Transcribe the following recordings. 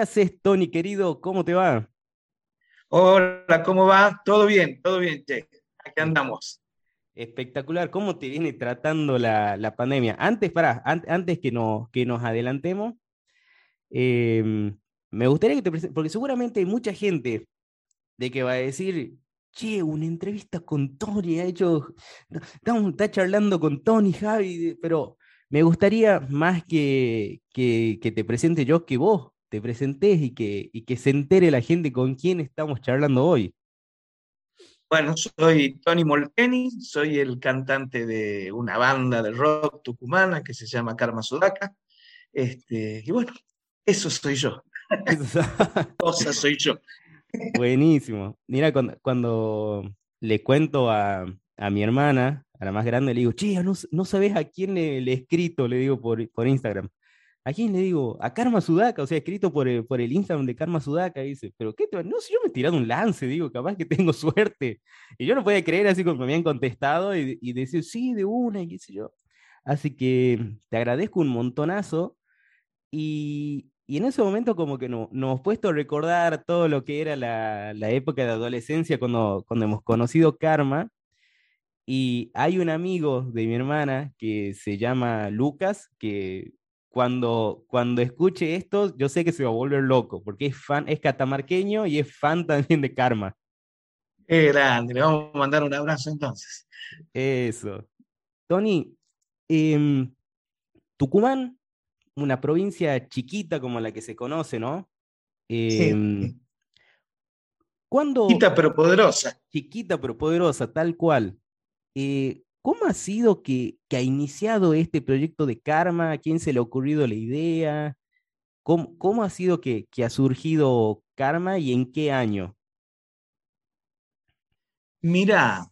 haces, Tony, querido? ¿Cómo te va? Hola, ¿cómo va? Todo bien, che. Aquí Es- andamos. Espectacular. ¿Cómo te viene tratando la pandemia? Antes, antes que nos adelantemos, me gustaría que te presentes, porque seguramente hay mucha gente de que va a decir, che, una entrevista con Tony, está charlando con Tony, Javi, pero me gustaría más que te presente yo, que vos te presentes y que se entere la gente con quién estamos charlando hoy. Bueno, soy Tony Molteni, soy el cantante de una banda de rock tucumana que se llama Karma Sudaca. Y bueno, eso soy yo. Eso Cosa soy yo. buenísimo. Mira, cuando le cuento a mi hermana, a la más grande, le digo, che, no sabes a quién le he escrito, le digo por Instagram. ¿A quién le digo? A Karma Sudaka, o sea, escrito por el Instagram de Karma Sudaka, dice, pero qué te no, si yo me he tirado un lance, digo, capaz que tengo suerte. Y yo no podía creer así como me habían contestado y decir, sí, de una, y qué sé yo. Así que te agradezco un montonazo. Y en ese momento como que nos hemos puesto a recordar todo lo que era la época de adolescencia cuando hemos conocido Karma. Y hay un amigo de mi hermana que se llama Lucas, que cuando escuche esto, yo sé que se va a volver loco, porque es fan, es catamarqueño y es fan también de Karma. Qué grande, le vamos a mandar un abrazo entonces. Eso. Tony, em, Tucumán, una provincia chiquita como la que se conoce, ¿no? Sí, Em, ¿Cuándo, chiquita pero poderosa. chiquita pero poderosa, tal cual? ¿Cómo ha sido que ha iniciado este proyecto de Karma? ¿A quién se le ha ocurrido la idea? ¿Cómo ha sido que ha surgido Karma y en qué año? Mirá,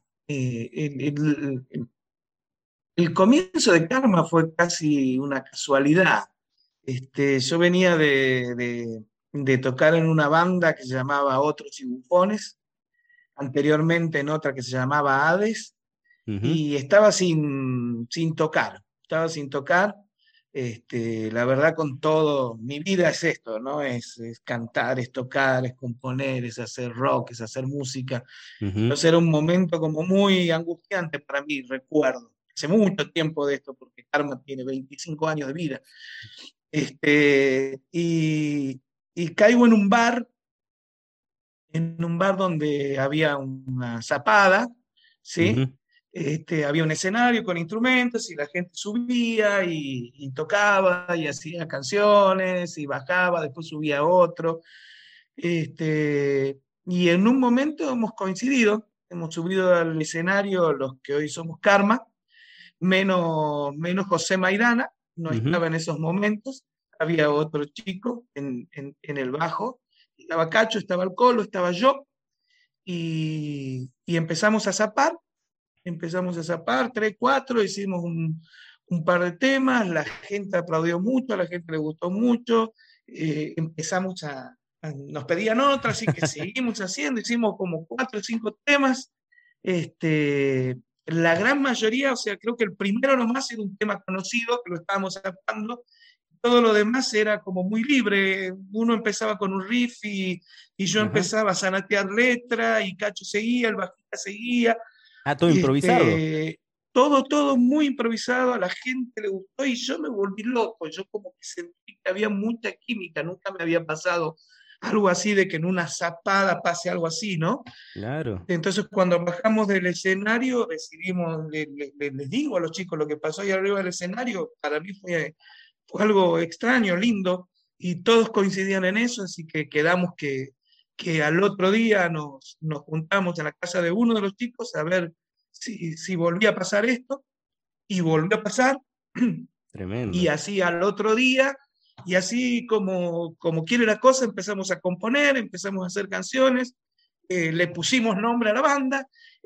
el comienzo de Karma fue casi una casualidad. Yo venía de tocar en una banda que se llamaba Otros y Bufones, anteriormente en otra que se llamaba Hades, Ujú. y estaba sin tocar, estaba sin tocar. La verdad con todo, mi vida es esto, ¿no? Es cantar, es tocar, es componer, es hacer rock, es hacer música. Ujú. Entonces era un momento como muy angustiante para mí, recuerdo. Hace mucho tiempo de esto, porque Karma tiene 25 años de vida. Este, y, y caigo en un bar donde había una zapada, ¿sí? Ujú. Había un escenario con instrumentos y la gente subía y tocaba y hacía canciones y bajaba, después subía otro. Y en un momento hemos coincidido, hemos subido al escenario los que hoy somos Karma, menos José Maidana, no Ujú. estaba en esos momentos, había otro chico en el bajo, estaba Cacho, estaba el Colo, estaba yo, y empezamos a zapar, tres, cuatro, hicimos un par de temas, la gente aplaudió mucho, a la gente le gustó mucho, empezamos nos pedían otra, así que seguimos haciendo, hicimos como cuatro o cinco temas, la gran mayoría, o sea, creo que el primero nomás era un tema conocido, que lo estábamos zapando, todo lo demás era como muy libre. Uno empezaba con un riff y yo Ajá. empezaba a zanatear letra y Cacho seguía, el bajista seguía. Ah, todo improvisado. Este, todo muy improvisado, a la gente le gustó y yo me volví loco. Yo como que sentí que había mucha química, nunca me había pasado algo así de que en una zapada pase algo así, ¿no? Claro. Entonces, cuando bajamos del escenario, decidimos, les digo a los chicos lo que pasó ahí arriba del escenario, para mí fue algo extraño, lindo, y todos coincidían en eso, así que quedamos que al otro día nos juntamos en la casa de uno de los chicos a ver si volvía a pasar esto, y volvió a pasar, y Tremendo. así al otro día, y así como quiere la cosa, empezamos a componer, empezamos a hacer canciones, le pusimos nombre a la banda,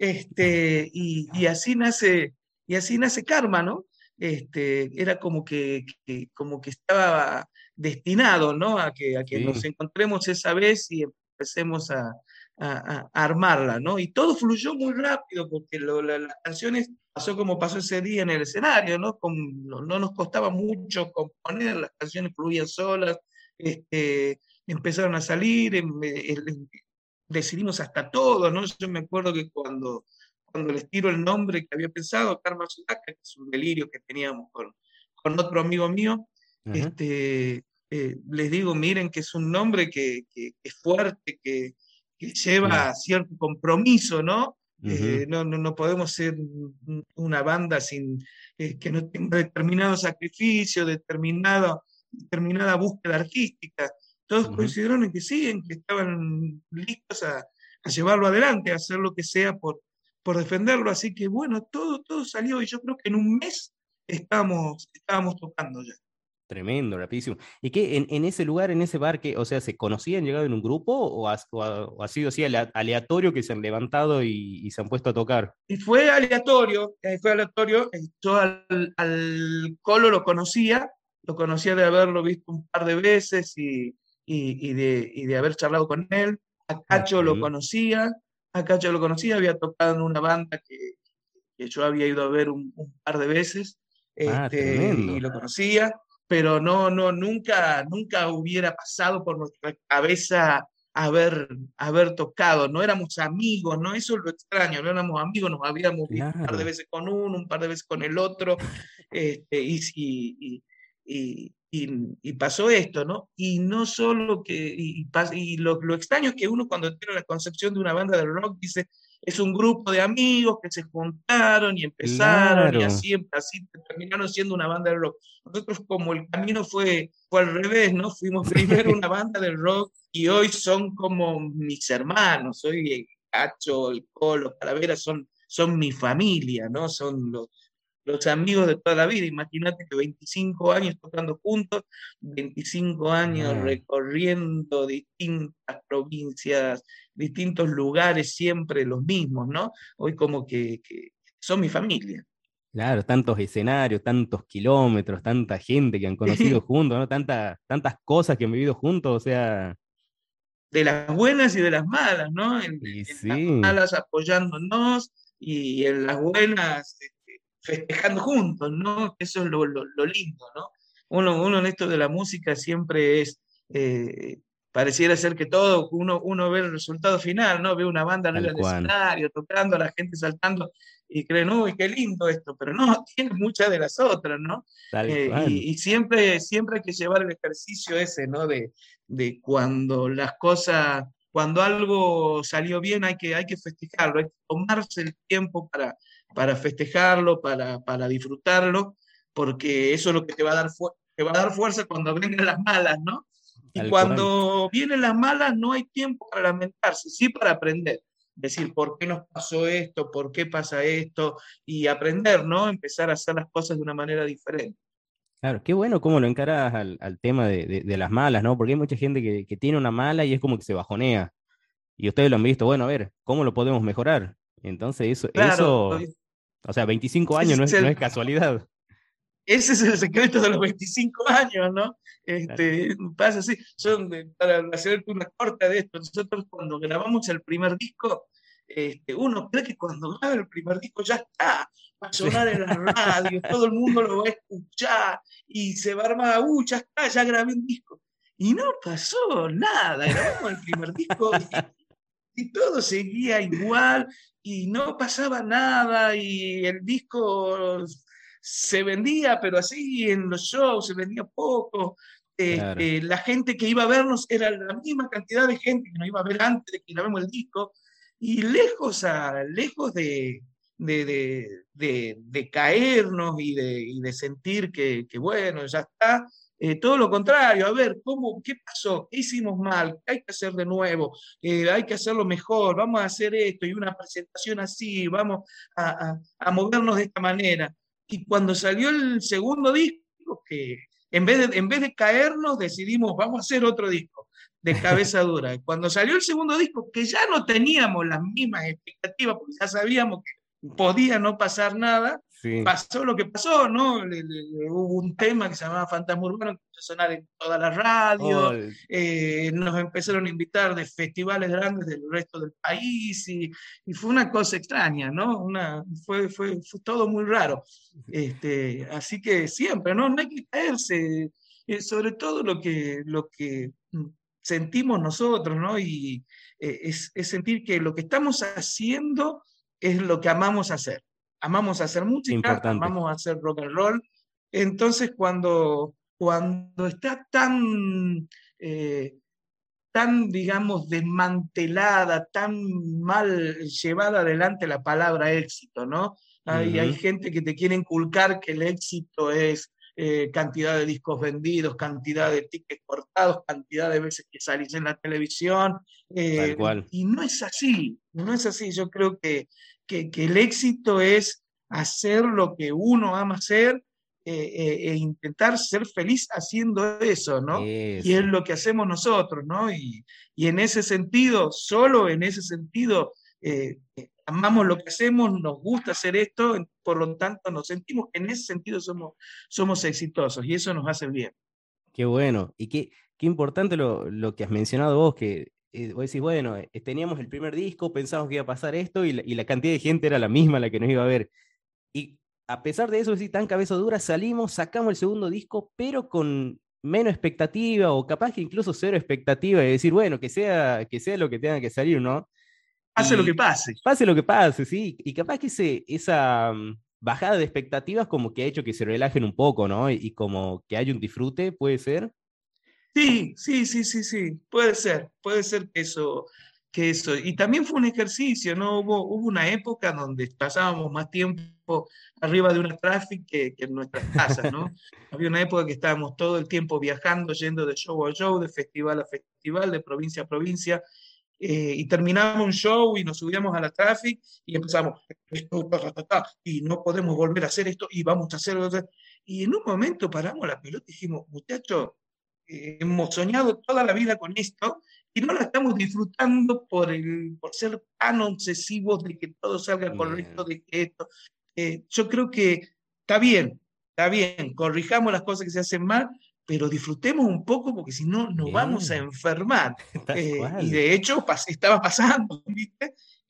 y así nace Karma, ¿no? Era como que estaba destinado, ¿no? A que nos Sí. encontremos esa vez y empecemos a armarla, ¿no? Y todo fluyó muy rápido porque las canciones pasó como pasó ese día en el escenario, ¿no? No nos costaba mucho componer, las canciones fluían solas, este, empezaron a salir, decidimos hasta todo, ¿no? Yo me acuerdo que cuando les tiro el nombre que había pensado, Karma Sudaca, que es un delirio que teníamos con otro amigo mío, Ajá, les digo, miren que es un nombre que es fuerte, que claro. lleva cierto compromiso, ¿no? Ujú, No podemos ser una banda sin que no tenga determinado sacrificio, determinada búsqueda artística. Todos ujú. coincidieron en que sí, en que estaban listos a llevarlo adelante, a hacer lo que sea por defenderlo. Así que bueno, todo salió y yo creo que en un mes estábamos tocando ya. Tremendo, rapidísimo. ¿Y qué en ese lugar, en ese bar, que, o sea, se conocían, llegado en un grupo o ha sido así aleatorio que se han levantado y se han puesto a tocar? Y fue aleatorio. Yo al Colo lo conocía de haberlo visto un par de veces y de haber charlado con él. Ah, tremendo. A Cacho lo conocía, había tocado en una banda que yo había ido a ver un par de veces, Ah, y tremendo. lo conocía, pero nunca hubiera pasado por nuestra cabeza haber tocado, no éramos amigos, ¿no? Eso es lo extraño, no éramos amigos, nos habíamos visto un par de Claro, veces con uno, un par de veces con el otro, y pasó esto, ¿no? Y no solo y lo extraño es que uno cuando tiene la concepción de una banda de rock dice, es un grupo de amigos que se juntaron y empezaron y claro. así terminaron siendo una banda de rock. Nosotros como el camino fue al revés, ¿no? Fuimos primero una banda de rock y hoy son como mis hermanos, hoy el Cacho, el Colo, Calavera son mi familia, ¿no? Son los amigos de toda la vida. Imagínate que 25 años tocando juntos, 25 años Ah, recorriendo distintas provincias, distintos lugares, siempre los mismos, ¿no? Hoy como que son mi familia. claro, tantos escenarios, tantos kilómetros, tanta gente que han conocido juntos, ¿no? Tantas cosas que han vivido juntos, o sea, De las buenas y de las malas, ¿no? y En las sí, malas apoyándonos y en las buenas festejando juntos, ¿no? Eso es lo lindo, ¿no? Uno en esto de la música siempre eh, pareciera ser que uno ve el resultado final, ¿no? Ve una banda arriba tal del cual, escenario, tocando, a la gente saltando y creen, uy, qué lindo esto, pero no, tiene muchas de las otras, ¿no? tal Eh, cual. y, y siempre hay que llevar el ejercicio ese, ¿no? De cuando cuando algo salió bien, hay que festejarlo, hay que tomarse el tiempo para festejarlo, para disfrutarlo, porque eso es lo que te va a dar fuerza cuando vengan las malas, ¿no? Y Tal cual. cuando vienen las malas no hay tiempo para lamentarse, sí para aprender. Decir, ¿por qué nos pasó esto? ¿Por qué pasa esto? Y aprender, ¿no? Empezar a hacer las cosas de una manera diferente. Claro, qué bueno cómo lo encaras al tema de las malas, ¿no? Porque hay mucha gente que tiene una mala y es como que se bajonea. Y ustedes lo han visto, bueno, a ver, ¿cómo lo podemos mejorar? Entonces, Claro, o sea, 25 ese años es no el, es casualidad. Ese es el secreto de los 25 años, ¿no? Pasa así. Para hacerte una corta de esto, nosotros cuando grabamos el primer disco, uno cree que cuando graba el primer disco ya está, va a Sí. sonar en la radio, todo el mundo lo va a escuchar y se va a armar, ya está, ya grabé un disco. Y no pasó nada, grabamos el primer disco y todo seguía igual y no pasaba nada y el disco se vendía, pero así en los shows se vendía poco. Claro, La gente que iba a vernos era la misma cantidad de gente que nos iba a ver antes de que grabemos el disco y lejos de caernos y de sentir que bueno, ya está. Todo lo contrario, a ver, ¿qué pasó? ¿Qué hicimos mal? ¿Qué hay que hacer de nuevo? Hay que hacerlo mejor, vamos a hacer esto y una presentación así, vamos a movernos de esta manera. Y cuando salió el segundo disco, que en vez de caernos, decidimos, vamos a hacer otro disco de cabeza dura. Cuando salió el segundo disco, que ya no teníamos las mismas expectativas, porque ya sabíamos que podía no pasar nada, sí. pasó lo que pasó, ¿no? Hubo un tema que se llamaba Fantasma Urbano, que empezó a sonar en toda la Oh, radio, nos empezaron a invitar de festivales grandes del resto del país y fue una cosa extraña, ¿no? Fue todo muy raro. Así que siempre, ¿no? No hay que caerse, sobre todo lo que sentimos nosotros, ¿no? Y es sentir que lo que estamos haciendo es lo que amamos hacer. Amamos hacer música, Importante. amamos hacer rock and roll. Entonces, cuando está eh, tan, digamos, desmantelada, tan mal llevada adelante la palabra éxito, ¿no? Hay Ujú. gente que te quiere inculcar que el éxito es cantidad de discos vendidos, cantidad de tickets cortados, cantidad de veces que salís en la televisión, Tal cual. y no es así, no es así. Yo creo que el éxito es hacer lo que uno ama hacer, e intentar ser feliz haciendo eso, ¿no? Y es Eso. lo que hacemos nosotros, ¿no? Y en ese sentido, solo en ese sentido, amamos lo que hacemos, nos gusta hacer esto, por lo tanto nos sentimos que en ese sentido somos exitosos y eso nos hace bien. Qué bueno. Y qué importante lo que has mencionado vos, que vos decís, bueno, teníamos el primer disco, pensamos que iba a pasar esto y la cantidad de gente era la misma la que nos iba a ver. Y a pesar de eso, sí, tan cabeza dura, salimos, sacamos el segundo disco, pero con menos expectativa o capaz que incluso cero expectativa de decir, bueno, que sea lo que tenga que salir, ¿no? Pase lo que Y pase. pase lo que pase, sí. Y capaz que esa bajada de expectativas como que ha hecho que se relajen un poco, ¿no? Y como que haya un disfrute, puede ser. Sí, sí, sí, sí, sí, puede ser que eso. Y también fue un ejercicio, ¿no? Hubo una época donde pasábamos más tiempo arriba de una traffic que en nuestras casas, ¿no? Había una época que estábamos todo el tiempo viajando, yendo de show a show, de festival a festival, de provincia a provincia, y terminábamos un show y nos subíamos a la traffic y empezamos, esto, ta, ta, ta, ta, y no podemos volver a hacer esto, y vamos a hacerlo. Y en un momento paramos la pelota y dijimos, muchachos, hemos soñado toda la vida con esto y no la estamos disfrutando por ser tan obsesivos de que todo salga correcto, Bien. de que esto. Yo creo que está bien, corrijamos las cosas que se hacen mal, pero disfrutemos un poco porque si no nos vamos a Bien. enfermar. Tal Y cual. de hecho estaba pasando, ¿viste?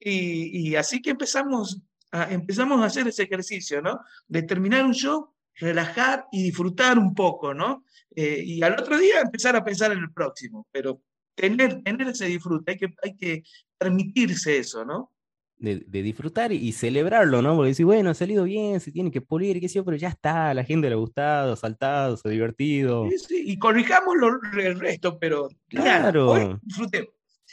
Y así que empezamos a hacer ese ejercicio, ¿no? De terminar un show, relajar y disfrutar un poco, ¿no? Y al otro día empezar a pensar en el próximo, pero tener ese disfrute, hay que permitirse eso, ¿no? De disfrutar y celebrarlo, ¿no? Porque decir, bueno, ha salido bien, se tiene que pulir, qué sé yo, pero ya está, a la gente le ha gustado, saltado, se ha divertido. Sí, sí, y corrijamos el resto, pero mañana, hoy Claro, disfrutemos.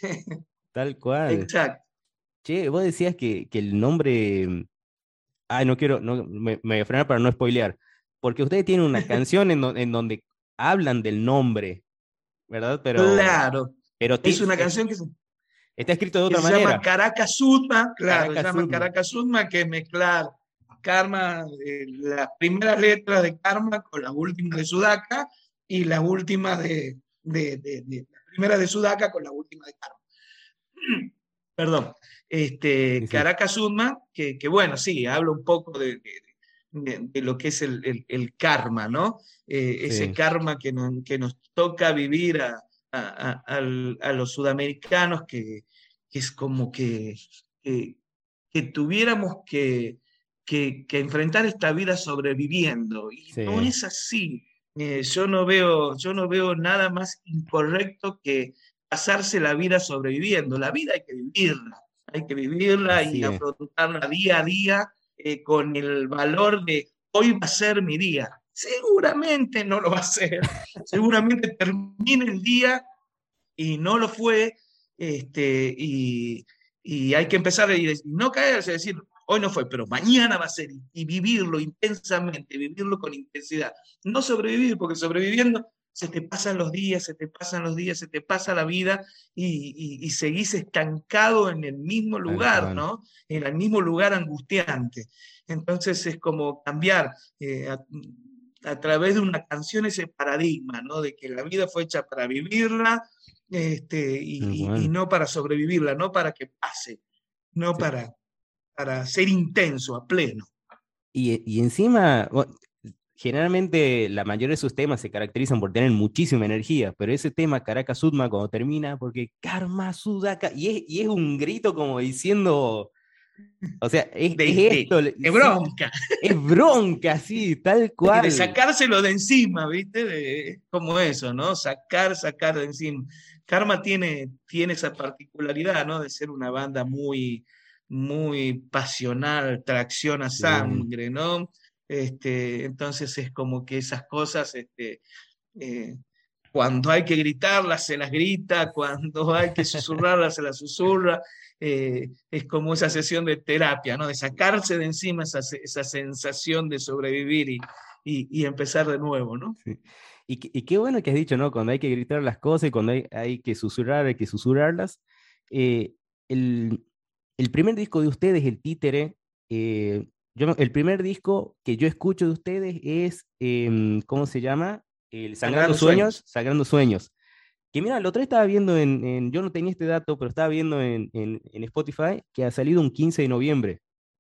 tal cual. Exacto. Che, vos decías que el nombre. Ay, no quiero, no, me voy a frenar para no spoilear. Porque ustedes tienen una canción en donde hablan del nombre, ¿verdad? Claro. Pero Es una canción está escrito de que otra se llama manera. Caracas Sudma, claro, se Caracas llama Sudma. Caracas Sudma, que es mezclar Karma, las primeras letras de Karma con las últimas de Sudaka y las últimas las primeras de Sudaka con las últimas de Karma. Perdón, Sí, sí, Caracas Sudma, que bueno, sí, habla un poco de lo que es el karma, ¿no? Ese sí, karma que nos toca vivir a los sudamericanos, que es como que, que tuviéramos que enfrentar esta vida sobreviviendo. Y no sí, es así. Yo no veo nada más incorrecto que pasarse la vida sobreviviendo. La vida hay que vivirla y así es. afrontarla día a día, con el valor de hoy va a ser mi día. Seguramente no lo va a ser, seguramente termine el día y no lo fue, y hay que empezar y no caerse, decir, hoy no fue, pero mañana va a ser, y vivirlo intensamente, vivirlo con intensidad. No sobrevivir, porque sobreviviendo se te pasan los días, se te pasan los días, se te pasa la vida y seguís estancado en el mismo Tal lugar, cual. ¿no? En el mismo lugar angustiante. Entonces es como cambiar, a través de una canción, ese paradigma, ¿no? De que la vida fue hecha para vivirla, Tal y cual. no para sobrevivirla, no para que pase, no Sí. para ser intenso, a pleno. Y encima, generalmente la mayoría de sus temas se caracterizan por tener muchísima energía, pero ese tema Caracas Sudma cuando termina, porque Karma Sudaka, y es un grito como diciendo, o sea, es De, esto, de sí, bronca, es bronca, sí, tal y de cual. sacárselo de encima, ¿viste? Como eso, ¿no? Sacar de encima. Karma tiene esa particularidad, ¿no? De ser una banda muy, muy pasional, tracción a Sí, sangre, ¿no? Entonces es como que esas cosas, eh, cuando hay que gritarlas, se las grita, cuando hay que susurrarlas, se las susurra. Es como esa sesión de terapia, ¿no? De sacarse de encima esa sensación de sobrevivir y empezar de nuevo, ¿no? sí. Y qué bueno que has dicho, ¿no? Cuando hay que gritar las cosas y cuando hay que susurrar, hay que susurrarlas. Eh, el, el primer disco de ustedes, El Títere, el primer disco que yo escucho de ustedes es, ¿cómo se llama? El Sangrando Sagrando Sueños, sueños. Sagrando Sueños. Que mira, el otro día estaba viendo yo no tenía este dato, pero estaba viendo en Spotify que ha salido un 15 de noviembre.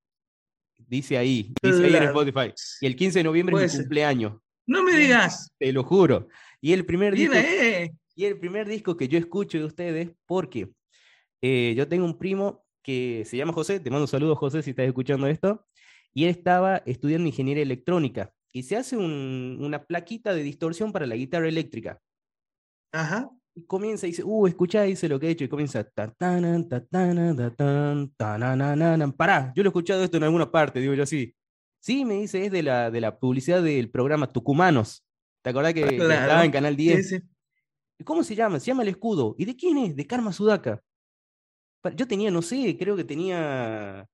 Dice ahí en Claro, Spotify. Y el 15 de noviembre es mi puede ser. cumpleaños. No me Bien. digas, Te lo juro. Y el primer bien disco, ahí. y el primer disco que yo escucho de ustedes, porque yo tengo un primo que se llama José, te mando un saludo, José, si estás escuchando esto, y él estaba estudiando ingeniería electrónica y se hace una plaquita de distorsión para la guitarra eléctrica. Ajá. Y comienza y dice, escuchá, dice lo que he hecho, y comienza, ta tanan, ta tanan, ta tan, tananananan. Pará, yo lo he escuchado esto en alguna parte, digo yo así. Sí, me dice, es de la publicidad del programa Tucumanos. ¿Te acordás que estaba en Claro. Canal Sí, 10? sí. ¿Y cómo se llama? Se llama El Escudo. ¿Y de quién es? De Karma Sudaka. Yo tenía, no sé, creo que tenía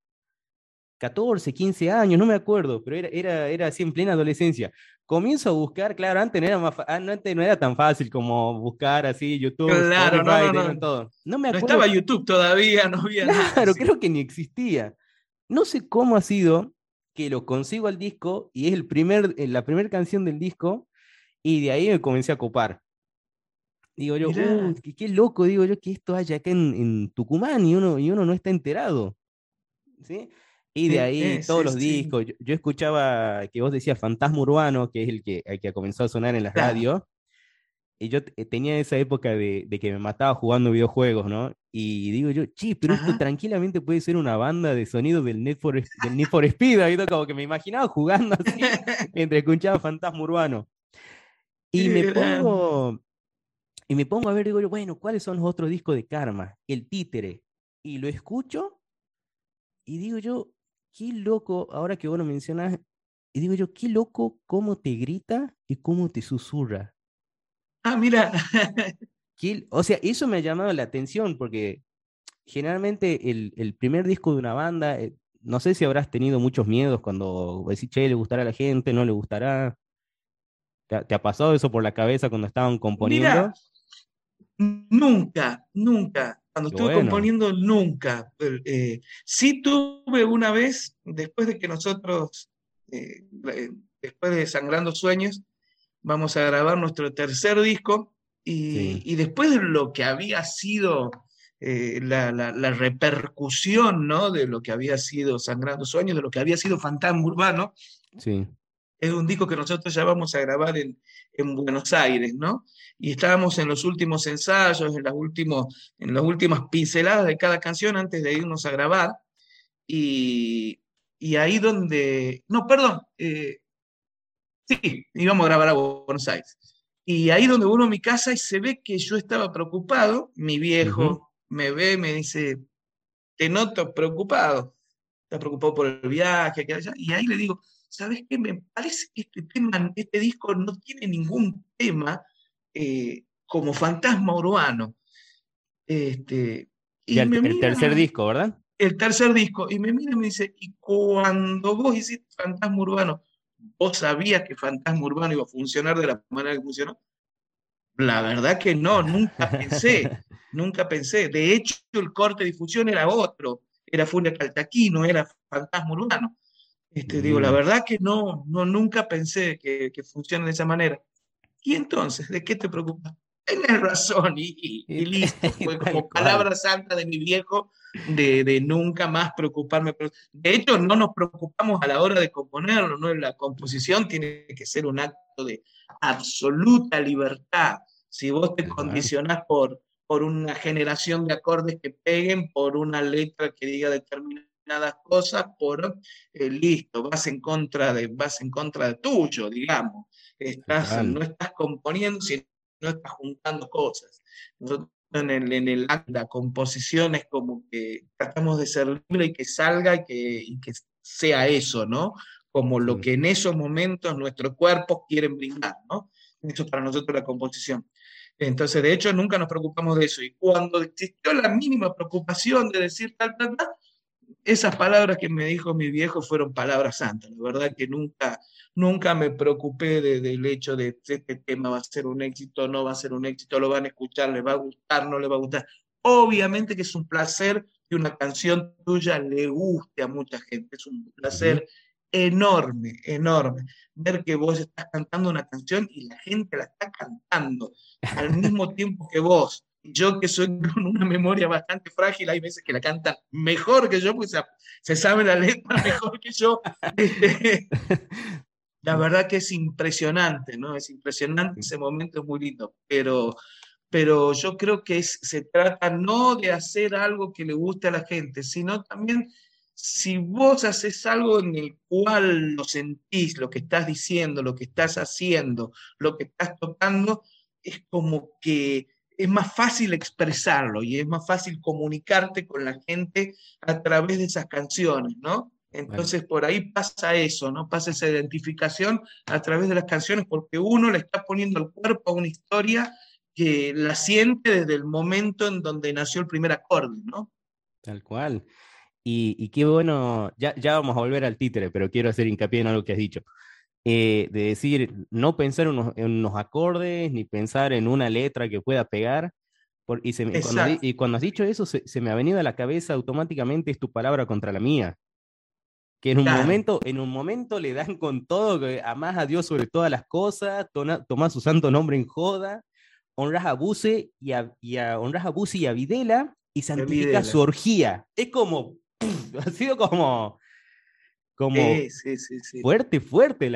14, 15 años, no me acuerdo, pero era así en plena adolescencia. Comienzo a buscar, claro, antes no era antes no era tan fácil como buscar así YouTube, Claro, no, Spotify, no, no. tener todo. No me No acuerdo, estaba YouTube todavía, no había nada claro, así. creo que ni existía. No sé cómo ha sido que lo consigo al disco y es la primera canción del disco y de ahí me comencé a copar. Digo yo, Mirá. qué loco, digo yo, que esto haya acá en Tucumán y uno no está enterado. ¿Sí? Y de ahí todos Sí, los sí. discos. Yo escuchaba que vos decías Fantasma Urbano, que es el que comenzó a sonar en las Claro. radios. Y yo tenía esa época de que me mataba jugando videojuegos, ¿no? Y digo yo, sí, pero esto Ajá. tranquilamente puede ser una banda de sonido del Need for Speed. ¿Viste? Como que me imaginaba jugando así mientras escuchaba Fantasma Urbano. Y Qué me grande. pongo, y me pongo a ver, digo yo, bueno, ¿cuáles son los otros discos de Karma? El Títere. Y lo escucho y digo yo, qué loco, ahora que vos lo mencionás, y digo yo, qué loco cómo te grita y cómo te susurra. Ah, mira. O sea, eso me ha llamado la atención porque generalmente el primer disco de una banda, no sé si habrás tenido muchos miedos cuando decís, che, le gustará a la gente, no le gustará. ¿Te ha pasado eso por la cabeza cuando estaban Mira, componiendo? nunca, nunca. Cuando Qué estuve bueno, componiendo, nunca. Sí tuve una vez, después de que nosotros, después de Sangrando Sueños, vamos a grabar nuestro tercer disco sí, y después de lo que había sido la repercusión, ¿no? De lo que había sido Sangrando Sueños, de lo que había sido Fantasma Urbano, sí, es un disco que nosotros ya vamos a grabar en Buenos Aires, ¿no? Y estábamos en los últimos ensayos, en las últimas pinceladas de cada canción antes de irnos a grabar. Y, y ahí donde, no, perdón, sí, íbamos a grabar a Buenos Aires. Y ahí donde vuelvo a mi casa y se ve que yo estaba preocupado, mi ujú, viejo me ve, me dice, te noto preocupado, estás preocupado por el viaje, que allá. Y ahí le digo, ¿sabes qué? Me parece que este tema, este disco no tiene ningún tema como fantasma urbano. Este, ya y el, me el tercer mira disco, ¿verdad? el tercer disco, y me mira y me dice, y cuando vos hiciste Fantasma Urbano, ¿vos sabías que Fantasma Urbano iba a funcionar de la manera que funcionó? La verdad que no, nunca pensé, nunca pensé. De hecho, el corte de difusión era otro, era Furia Caltaquí, no era Fantasma Urbano. Digo, la Mm. verdad que no, no nunca pensé que funcione de esa manera. Y entonces, ¿de qué te preocupas? Tienes razón, y listo. Fue Tal como cual. palabra santa de mi viejo de nunca más preocuparme. De hecho, no nos preocupamos a la hora de componerlo, ¿no? La composición tiene que ser un acto de absoluta libertad. Si vos te Tal cual. condicionás por una generación de acordes que peguen, por una letra que diga determinadas cosas, listo, vas en contra de tuyo, digamos. No Total. estás componiendo, sino estás juntando cosas. Nosotros la composición es como que tratamos de ser libre y que salga y que sea eso, ¿no? Como lo Sí, que en esos momentos nuestros cuerpos quieren brindar, ¿no? Esto es para nosotros la composición. Entonces, de hecho, nunca nos preocupamos de eso. Y cuando existió la mínima preocupación de decir tal, tal, tal, esas palabras que me dijo mi viejo fueron palabras santas. La verdad que nunca me preocupé del hecho de si este tema va a ser un éxito, no va a ser un éxito, lo van a escuchar, les va a gustar, no les va a gustar. Obviamente que es un placer que una canción tuya le guste a mucha gente. Es un ujú, placer enorme, enorme. Ver que vos estás cantando una canción y la gente la está cantando al mismo tiempo que vos. Yo que soy con una memoria bastante frágil, hay veces que la cantan mejor que yo, pues se sabe la letra mejor que yo. Este, la verdad que es impresionante, ¿no? Es impresionante, ese momento es muy lindo, pero yo creo que se trata no de hacer algo que le guste a la gente, sino también si vos haces algo en el cual lo sentís, lo que estás diciendo, lo que estás haciendo, lo que estás tocando, es como que es más fácil expresarlo y es más fácil comunicarte con la gente a través de esas canciones, ¿no? vale. Entonces por ahí pasa eso, ¿no? Pasa esa identificación a través de las canciones porque uno le está poniendo el cuerpo a una historia que la siente desde el momento en donde nació el primer acorde, ¿no? Tal cual. Y qué bueno, ya vamos a volver al títere, pero quiero hacer hincapié en algo que has dicho. De decir, no pensar en unos acordes, ni pensar en una letra que pueda pegar. Exacto, Y cuando has dicho eso, se me ha venido a la cabeza automáticamente es tu palabra contra la mía. Que claro, en un momento le dan con todo, que amás a Dios sobre todas las cosas, tomás su santo nombre en joda, honras a Buse y a Videla y de santificás Videla. su orgía. Es como, ha sido como Sí, sí, sí. fuerte, fuerte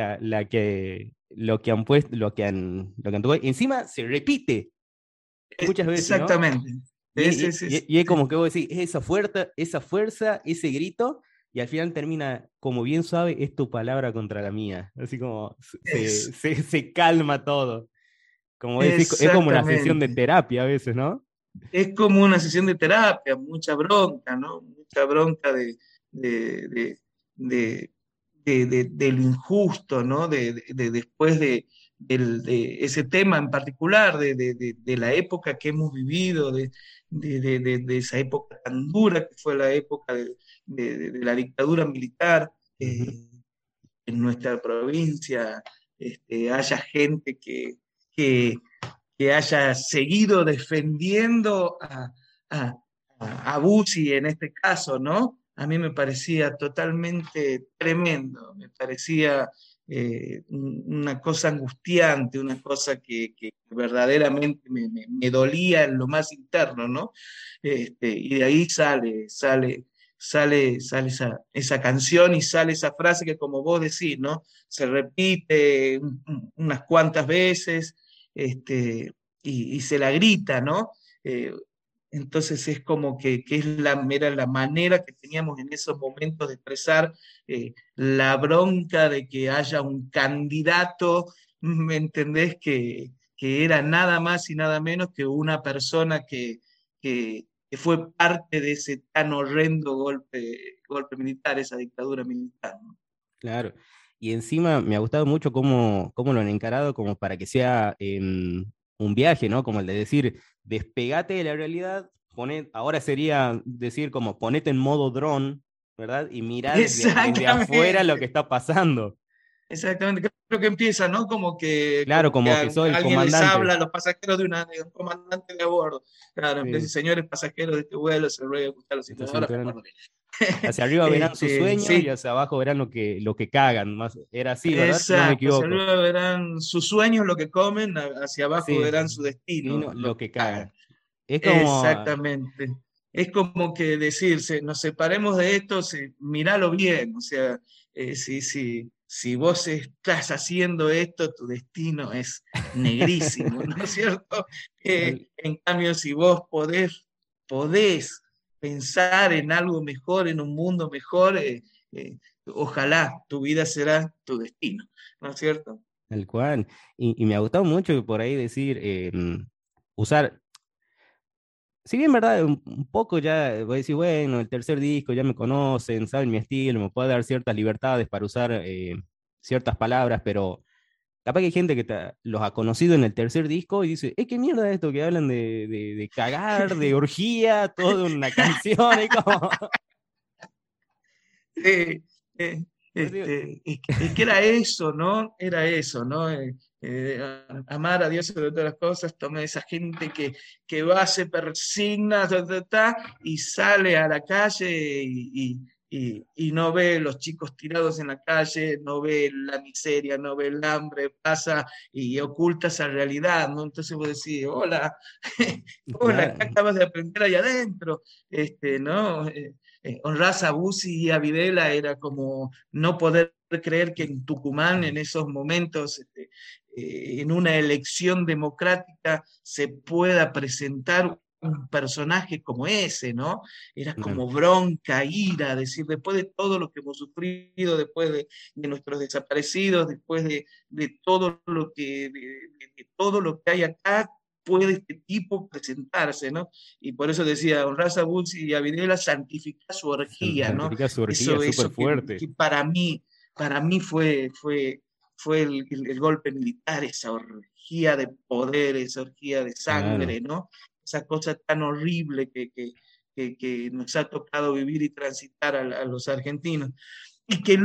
lo que han tocado. Encima se repite muchas veces, ¿no? Exactamente. Sí, sí, sí, Y es sí. como que vos decís, es esa fuerza, ese grito, y al final termina como bien suave, es tu palabra contra la mía. Así como Es, se calma todo. Como vos decís, es como una sesión de exactamente. terapia a veces, ¿no? Es como una sesión de terapia, mucha bronca, ¿no? Mucha bronca de, de, de, de lo injusto, ¿no? Después de ese tema en particular, de la época que hemos vivido, de esa época tan dura que fue la época de la dictadura militar Ujú. en nuestra provincia, haya gente que, que haya seguido defendiendo a Bussi en este caso, ¿no? A mí me parecía totalmente tremendo, me parecía una cosa angustiante, una cosa que verdaderamente me dolía en lo más interno, ¿no? Y de ahí sale esa canción y sale esa frase que como vos decís, ¿no? Se repite unas cuantas veces, y se la grita, ¿no? Eh, entonces es como que era la manera que teníamos en esos momentos de expresar la bronca de que haya un candidato, ¿me entendés? Que era nada más y nada menos que una persona que fue parte de ese tan horrendo golpe militar, esa dictadura militar, ¿no? Claro. Y encima me ha gustado mucho cómo lo han encarado como para que sea un viaje, ¿no? Como el de decir, despegate de la realidad, ahora sería decir como ponete en modo dron, ¿verdad? Y mira desde afuera lo que Exactamente. está pasando. Exactamente, creo que empieza, ¿no? Claro, Como que como que soy el alguien les comandante. habla a los pasajeros de un comandante de a bordo. Claro, empieza, Sí, señores pasajeros de este vuelo, se ruega escuchar los entonces, sintonadores, me acuerdo bien. hacia arriba verán sus sueños y Sí, hacia abajo verán lo que cagan. Era así, ¿verdad? Si no me exacto. Hacia equivoco. arriba verán sus sueños, lo que comen, hacia abajo Sí, verán su y destino, no, lo lo que que hagan. cagan. Es como, Exactamente. Es como que decirse, nos separemos de esto, míralo bien, o sea, si vos estás haciendo esto, tu destino es negrísimo, ¿no es cierto? tal, En cambio, si vos podés pensar en algo mejor, en un mundo mejor, ojalá tu vida será tu destino, ¿no es cierto? tal cual. Y me ha gustado mucho por ahí decir, usar. si bien, ¿verdad? Un poco ya voy a decir, bueno, el tercer disco ya me conocen, saben mi estilo, me puede dar ciertas libertades para usar ciertas palabras, pero capaz que hay gente que los ha conocido en el tercer disco y dice, ¿qué mierda es esto que hablan de cagar, de orgía, todo en una canción? Y como, Eh, eh, pues digo, es que era eso, ¿no? Era eso, ¿no? Amar a Dios sobre todas las cosas, tomé esa gente que va, se persigna, y sale a la calle y no ve los chicos tirados en la calle, no ve la miseria, no ve el hambre, pasa y oculta esa realidad, ¿no? Entonces vos decís, hola, hola, ¿qué claro, acabas de aprender ahí adentro? ¿No? Honrás a Bussi y a Videla era como no poder creer que en Tucumán, en esos momentos, en una elección democrática, se pueda presentar un personaje como ese, ¿no? Era claro, como bronca, ira, decir, después de todo lo que hemos sufrido, después de nuestros desaparecidos, después de todo lo de todo lo que hay acá, puede este tipo presentarse, ¿no? Y por eso decía, honrás a Bulls y a Videla, santifica su orgía, ¿no? santifica su orgía súper Eso fuerte. que para mí fue el golpe militar, esa orgía de poder, esa orgía de Claro. sangre, ¿no? Esa cosa tan horrible que nos ha tocado vivir y transitar a los argentinos. Y que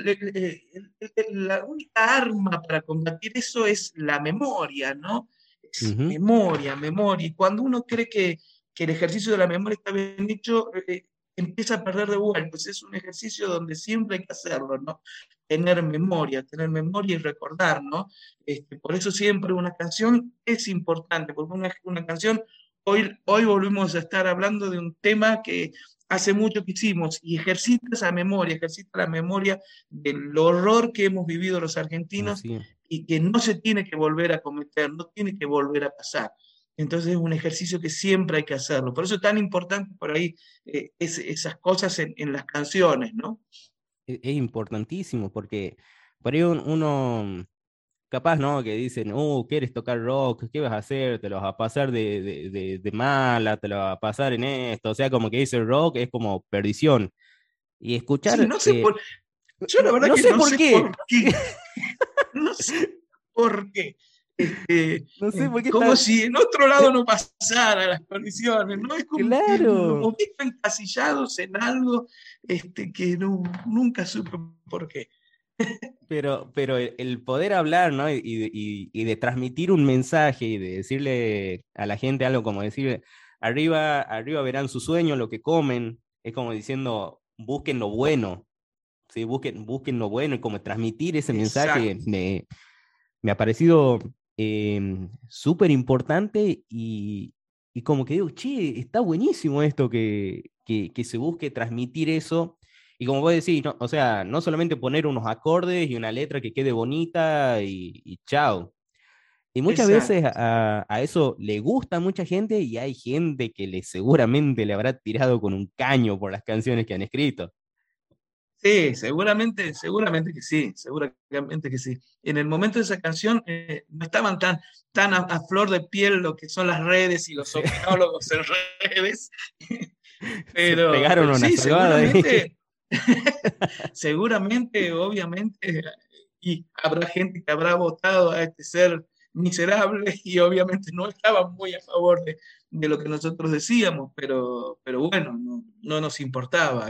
la única arma para combatir eso es la memoria, ¿no? Es Ujú. memoria, memoria. Y cuando uno cree que el ejercicio de la memoria está bien hecho, empieza a perder de vuelta. Pues es un ejercicio donde siempre hay que hacerlo, ¿no? Tener memoria y recordar, ¿no? Por eso siempre una canción es importante, porque una canción, hoy volvemos a estar hablando de un tema que hace mucho que hicimos y ejercita la memoria del horror que hemos vivido los argentinos Así. y que no se tiene que volver a cometer, no tiene que volver a pasar. Entonces es un ejercicio que siempre hay que hacerlo. Por eso es tan importante por ahí esas cosas en las canciones, ¿no? Es importantísimo porque por ahí uno, capaz, ¿no? Que dicen, ¿quieres tocar rock? ¿Qué vas a hacer? ¿Te lo vas a pasar de mala? ¿Te lo vas a pasar en esto? O sea, como que dice rock es como perdición. Y Sí, escuchar, no sé yo la verdad no que sé no por sé qué, por qué, no sé por qué. no sé por qué Como está, si en otro lado no pasara las condiciones, ¿no? Es como que nos claro. hemos visto encasillados en algo que nunca supe por qué. Pero el poder hablar, ¿no? Y de transmitir un mensaje y de decirle a la gente algo como decir, arriba verán su sueño, lo que comen, es como diciendo, busquen lo bueno, ¿sí? Busquen lo bueno y como transmitir ese mensaje Exacto. me ha parecido súper importante y como que digo, che, está buenísimo esto que se busque transmitir eso. Y como vos decís, no, o sea, no solamente poner unos acordes y una letra que quede bonita y chao. Y muchas veces Exacto. a eso le gusta a mucha gente y hay gente que seguramente le habrá tirado con un caño por las canciones que han escrito. Sí, seguramente que sí, seguramente que sí. En el momento de esa canción no estaban tan a flor de piel lo que son las redes y los Se, opinólogos en redes, se pegaron pero una sí, salvada ahí. seguramente, obviamente, y habrá gente que habrá votado a este ser miserable y obviamente no estaba muy a favor de lo que nosotros decíamos, pero bueno, no nos importaba,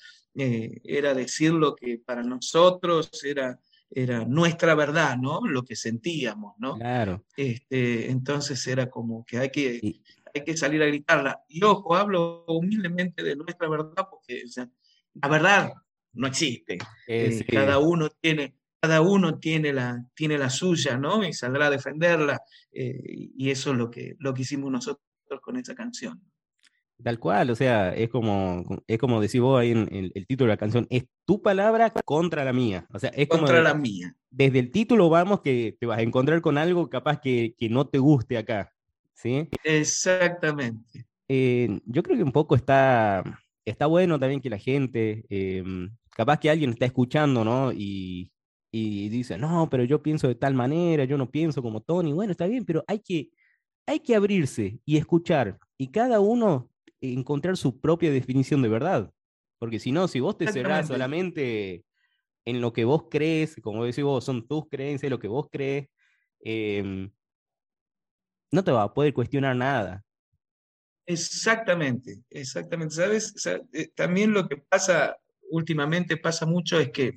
era decir lo que para nosotros era nuestra verdad, ¿no? Lo que sentíamos, ¿no? Claro. Entonces era como que Y, hay que salir a gritarla. Y ojo, hablo humildemente de nuestra verdad porque o sea, la verdad no existe. sí, Cada uno tiene la suya, ¿no? Y saldrá a defenderla. Y eso es lo que hicimos nosotros con esa canción. tal cual, o sea, es como decís vos ahí en el título de la canción, es tu palabra contra la mía. O sea, es como Contra la mía. desde el título vamos que te vas a encontrar con algo capaz que no te guste acá, ¿sí? Exactamente. Yo creo que un poco está bueno también que la gente, capaz que alguien está escuchando, ¿no? Y dice, no, pero yo pienso de tal manera, yo no pienso como Tony. Bueno, está bien, pero hay que abrirse y escuchar, y cada uno encontrar su propia definición de verdad. Porque si no, si vos te cerrás Exactamente. solamente en lo que vos crees, como decís vos, son tus creencias, lo que vos crees, eh, no te va a poder cuestionar nada. Exactamente, exactamente. ¿Sabes? O sea, también lo que pasa últimamente pasa mucho es que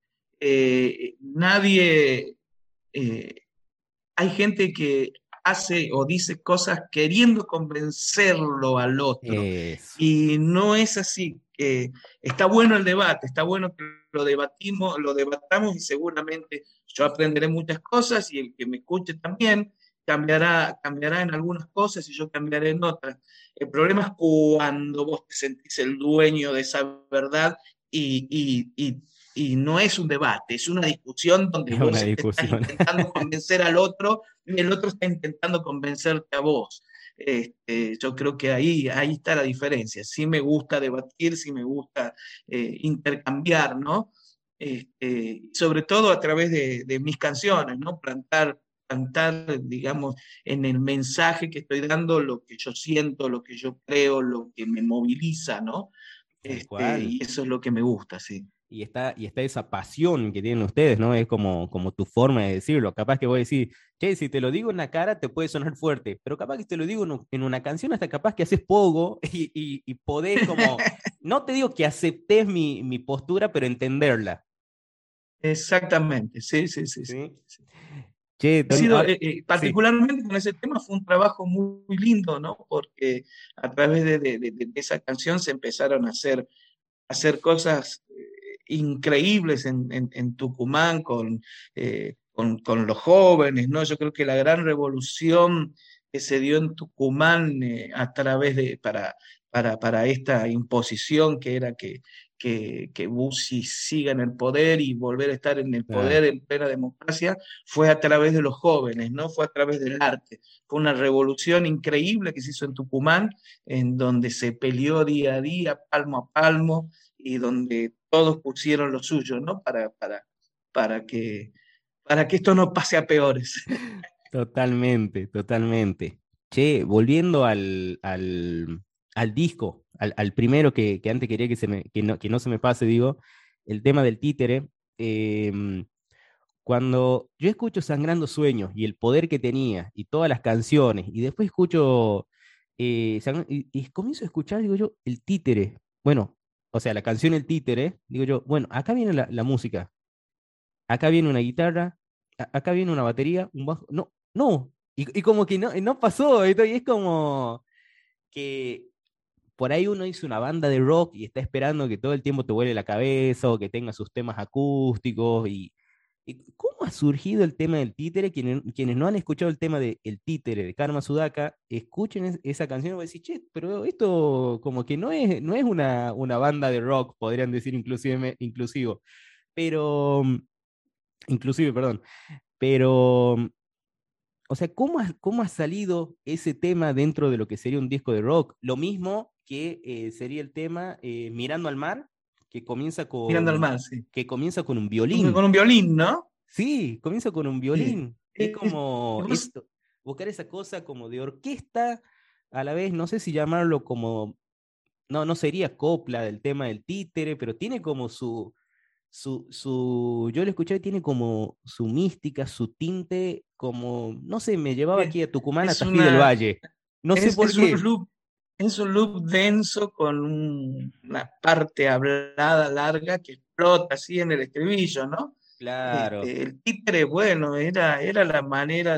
nadie, eh, hay gente que hace o dice cosas queriendo convencerlo al otro Eso. y no es así. Está bueno el debate, está bueno que lo debatimos, lo debatamos y seguramente yo aprenderé muchas cosas y el que me escuche también cambiará en algunas cosas y yo cambiaré en otras. El problema es cuando vos te sentís el dueño de esa verdad y, y, y y no es un debate, es una discusión donde Es una vos estás discusión. intentando convencer al otro y el otro está intentando convencerte a vos. Yo creo que ahí está la diferencia. Sí me gusta debatir, sí me gusta intercambiar, ¿no? Sobre todo a través de mis canciones, ¿no? Plantar, digamos, en el mensaje que estoy dando lo que yo siento, lo que yo creo, lo que me moviliza, ¿no? Tal cual. Y eso es lo que me gusta, sí. Y está esa pasión que tienen ustedes, ¿no? Es como tu forma de decirlo. Capaz que voy a decir, che, si te lo digo en la cara te puede sonar fuerte, pero capaz que te lo digo en una canción, hasta capaz que haces pogo y podés como, no te digo que aceptes mi postura, pero entenderla. Exactamente, sí, sí, sí, sí. ¿Sí? Sí. Che, Ha Tony, sido, ahora, sí, particularmente con ese tema, fue un trabajo muy lindo, ¿no? Porque a través de esa canción se empezaron a hacer cosas increíbles en Tucumán con los jóvenes, ¿no? Yo creo que la gran revolución que se dio en Tucumán a través para esta imposición que era que Bussi siga en el poder y volver a estar en el ah, poder en plena democracia, fue a través de los jóvenes, ¿no? Fue a través del arte. Fue una revolución increíble que se hizo en Tucumán, en donde se peleó día a día, palmo a palmo, y donde todos pusieron lo suyo, ¿no? Para que, para que esto no pase a peores. totalmente, totalmente. Che, volviendo al disco, al primero que antes quería que no se me pase, digo, el tema del títere. em, Cuando yo escucho Sangrando Sueños y el poder que tenía y todas las canciones, y después escucho, y comienzo a escuchar, digo yo, el títere. Bueno, o sea, la canción El Títere, digo yo, bueno, acá viene la música, acá viene una guitarra, acá viene una batería, un bajo. No, no. Y como que no pasó, y es como que por ahí uno hizo una banda de rock y está esperando que todo el tiempo te vuele la cabeza o que tenga sus temas acústicos. ¿Y cómo ha surgido el tema del títere? Quienes no han escuchado el tema del títere de Karma Sudaka, escuchen esa canción y van a decir, che, pero esto como que no es una banda de rock, podrían decir inclusivo, pero, inclusive, perdón, pero, o sea, ¿cómo ha salido ese tema dentro de lo que sería un disco de rock? Lo mismo que sería el tema Mirando al Mar, que comienza Mirando al con, mar, sí. que comienza con un violín. Con un violín, ¿no? Sí, comienza con un Sí. violín. Es Y como vos, esto, buscar esa cosa como de orquesta, a la vez, no sé si llamarlo como, no sería copla del tema del títere, pero tiene como yo lo escuché, tiene como su mística, su tinte, como, no sé, me llevaba eh, aquí a Tucumán, a es Tafí del una, Valle. No sé es, por es un qué. loop, es un loop denso con una parte hablada larga que explota así en el estribillo, ¿no? Claro. El títere, bueno, era la manera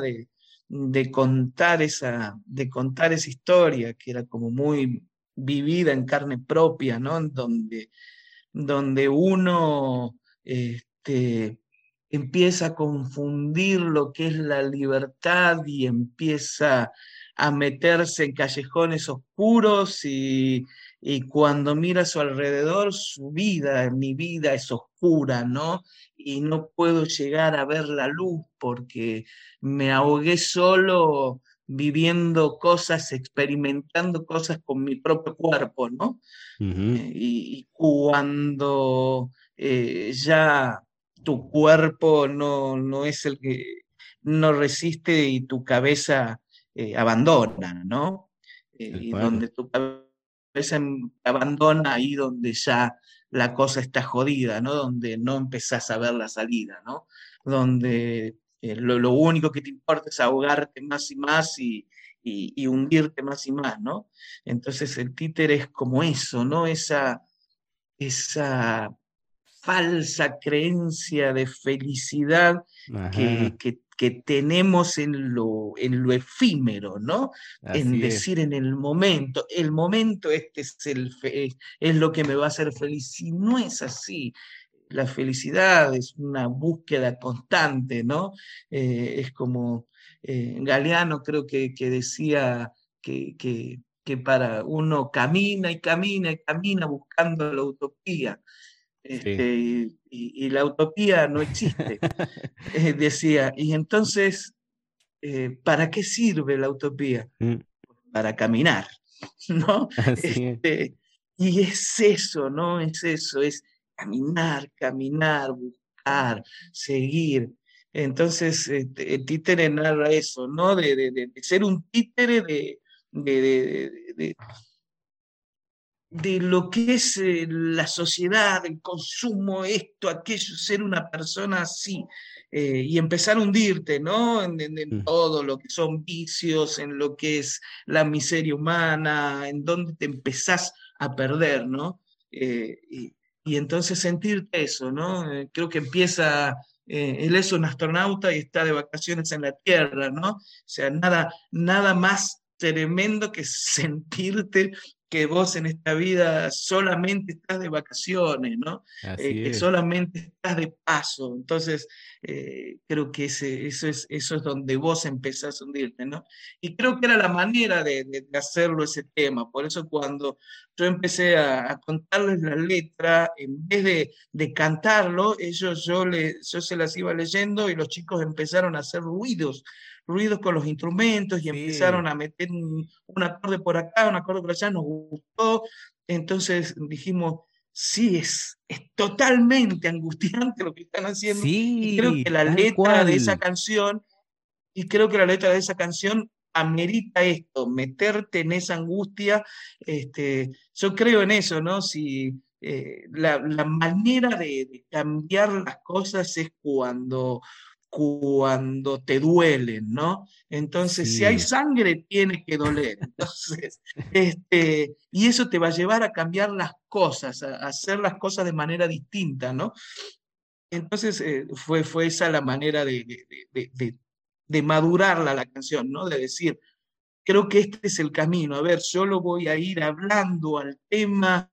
de contar esa historia, que era como muy vivida en carne propia, ¿no? En donde uno empieza a confundir lo que es la libertad y empieza a meterse en callejones oscuros y cuando mira a su alrededor, mi vida es oscura, ¿no? Y no puedo llegar a ver la luz porque me ahogué solo viviendo cosas, experimentando cosas con mi propio cuerpo, ¿no? Ujú. Y cuando ya tu cuerpo no es el que no resiste y tu cabeza abandona, ¿no? Tal Y cual. donde tu cabeza abandona ahí donde ya la cosa está jodida, ¿no? Donde no empezás a ver la salida, ¿no? Donde lo único que te importa es ahogarte más y más y hundirte más y más, ¿no? Entonces el títere es como eso, ¿no? Esa falsa creencia de felicidad Ajá, que tenemos en lo efímero, ¿no? En así es. decir en el momento este es lo que me va a hacer feliz. Y no es así. La felicidad es una búsqueda constante, ¿no? Es como Galeano creo que decía que para uno camina y camina y camina buscando la utopía, Sí. y la utopía no existe, decía. Y entonces, ¿para qué sirve la utopía? Mm, Para caminar, ¿no? así es. Este, y es eso, ¿no? Es eso, es caminar, caminar, buscar, seguir. Entonces, el títere narra eso, ¿no? De ser un títere de, de- de- de lo que es la sociedad, el consumo, esto, aquello, ser una persona así, y empezar a hundirte, ¿no? En Mm, todo lo que son vicios, en lo que es la miseria humana, en donde te empezás a perder, ¿no? Y entonces sentirte eso, ¿no? Creo que empieza, él es un astronauta y está de vacaciones en la Tierra, ¿no? O sea, nada más tremendo que sentirte que vos en esta vida solamente estás de vacaciones, ¿no? así Que es. solamente estás de paso. Entonces, creo que eso es donde vos empezás a hundirte, ¿no? Y creo que era la manera de hacerlo ese tema. Por eso cuando yo empecé a contarles la letra, en vez de cantarlo, yo se las iba leyendo y los chicos empezaron a hacer ruidos con los instrumentos y empezaron Sí, a meter un acorde por acá, un acorde por allá, nos gustó. Entonces dijimos, sí, es totalmente angustiante lo que están haciendo. Y creo que sí, la tal letra de esa cual. canción, y creo que la letra de esa canción amerita esto, meterte en esa angustia. Yo creo en eso, ¿no? Si la manera de cambiar las cosas es cuando te duelen, ¿no? Entonces, si hay Sí, sangre, tiene que doler. Entonces, y eso te va a llevar a cambiar las cosas, a hacer las cosas de manera distinta, ¿no? Entonces, fue esa la manera de madurarla la canción, ¿no? De decir, creo que este es el camino. A ver, yo lo voy a ir hablando al tema,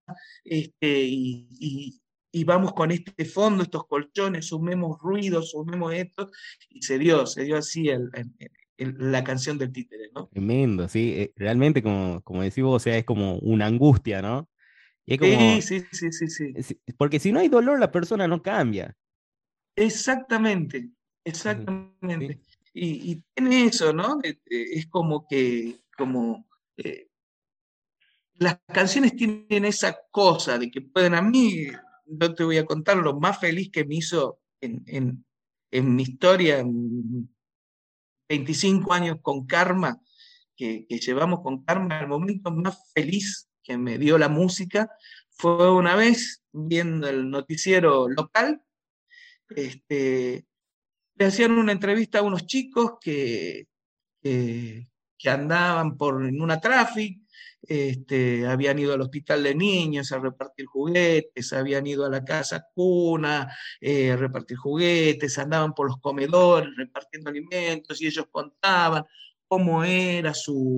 y vamos con este fondo, estos colchones, sumemos ruidos, sumemos esto, y se dio así la canción del títere, ¿no? tremendo, sí. Realmente, como decís vos, o sea, es como una angustia, ¿no? Y es Sí, como, sí, sí, sí, sí. porque si no hay dolor, la persona no cambia. Exactamente, Sí, exactamente. Y tiene eso, ¿no? Es como eh, las canciones tienen esa cosa de que pueden a mí, no te voy a contar lo más feliz que me hizo en mi historia, en 25 años con Karma, que llevamos con Karma, el momento más feliz que me dio la música fue una vez viendo el noticiero local. este, Le hacían una entrevista a unos chicos que, que andaban en una traffic, habían ido al hospital de niños a repartir juguetes, habían ido a la casa cuna, a repartir juguetes, andaban por los comedores repartiendo alimentos y ellos contaban cómo era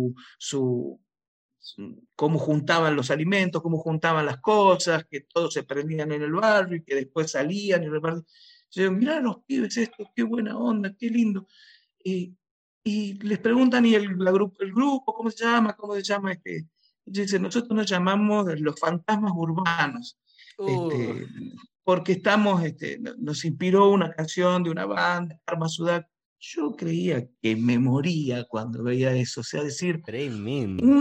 cómo juntaban los alimentos, cómo juntaban las cosas, que todos se prendían en el barrio y que después salían y repartían. Yo digo, mirá los pibes estos, qué buena onda, qué lindo. Y, y les preguntan, ¿y el grupo, cómo se llama? ¿Cómo se llama este? Y dicen, nosotros nos llamamos los fantasmas urbanos, uh, este, porque nos inspiró una canción de una banda, Karma Sudá. Yo creía que me moría cuando veía eso, o sea, decir, tremendo.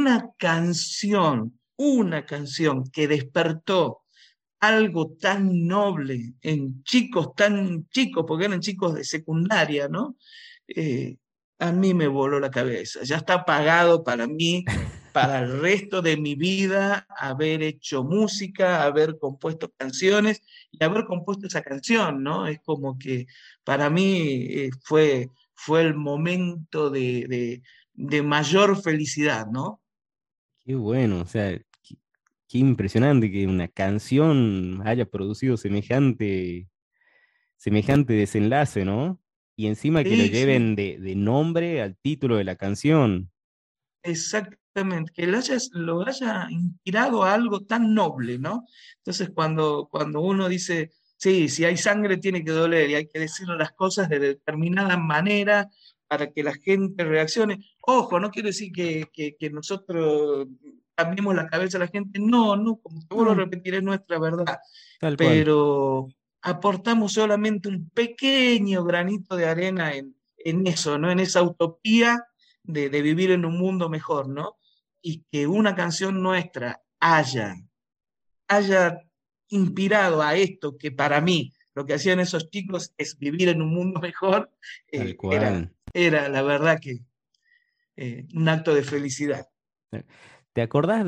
una canción que despertó algo tan noble en chicos tan chicos, porque eran chicos de secundaria, ¿no? Eh, a mí me voló la cabeza. Ya está pagado para mí, para el resto de mi vida, haber hecho música, haber compuesto canciones y haber compuesto esa canción, ¿no? Es como que para mí fue el momento de mayor felicidad, ¿no? Qué bueno, o sea, qué impresionante que una canción haya producido semejante desenlace, ¿no? Y encima que lo Sí, sí. lleven de nombre al título de la canción. Exactamente, que lo haya inspirado a algo tan noble, ¿no? Entonces, cuando uno dice, sí, si hay sangre tiene que doler y hay que decir las cosas de determinada manera para que la gente reaccione. Ojo, no quiere decir que nosotros cambiemos la cabeza a la gente, no, no, como te vuelvo a No, repetir, es nuestra verdad, tal cual, pero aportamos solamente un pequeño granito de arena en eso, ¿no? En esa utopía de vivir en un mundo mejor, ¿no? Y que una canción nuestra haya inspirado a esto que para mí lo que hacían esos chicos es vivir en un mundo mejor, tal era, cual. era la verdad que un acto de felicidad. ¿Te acordás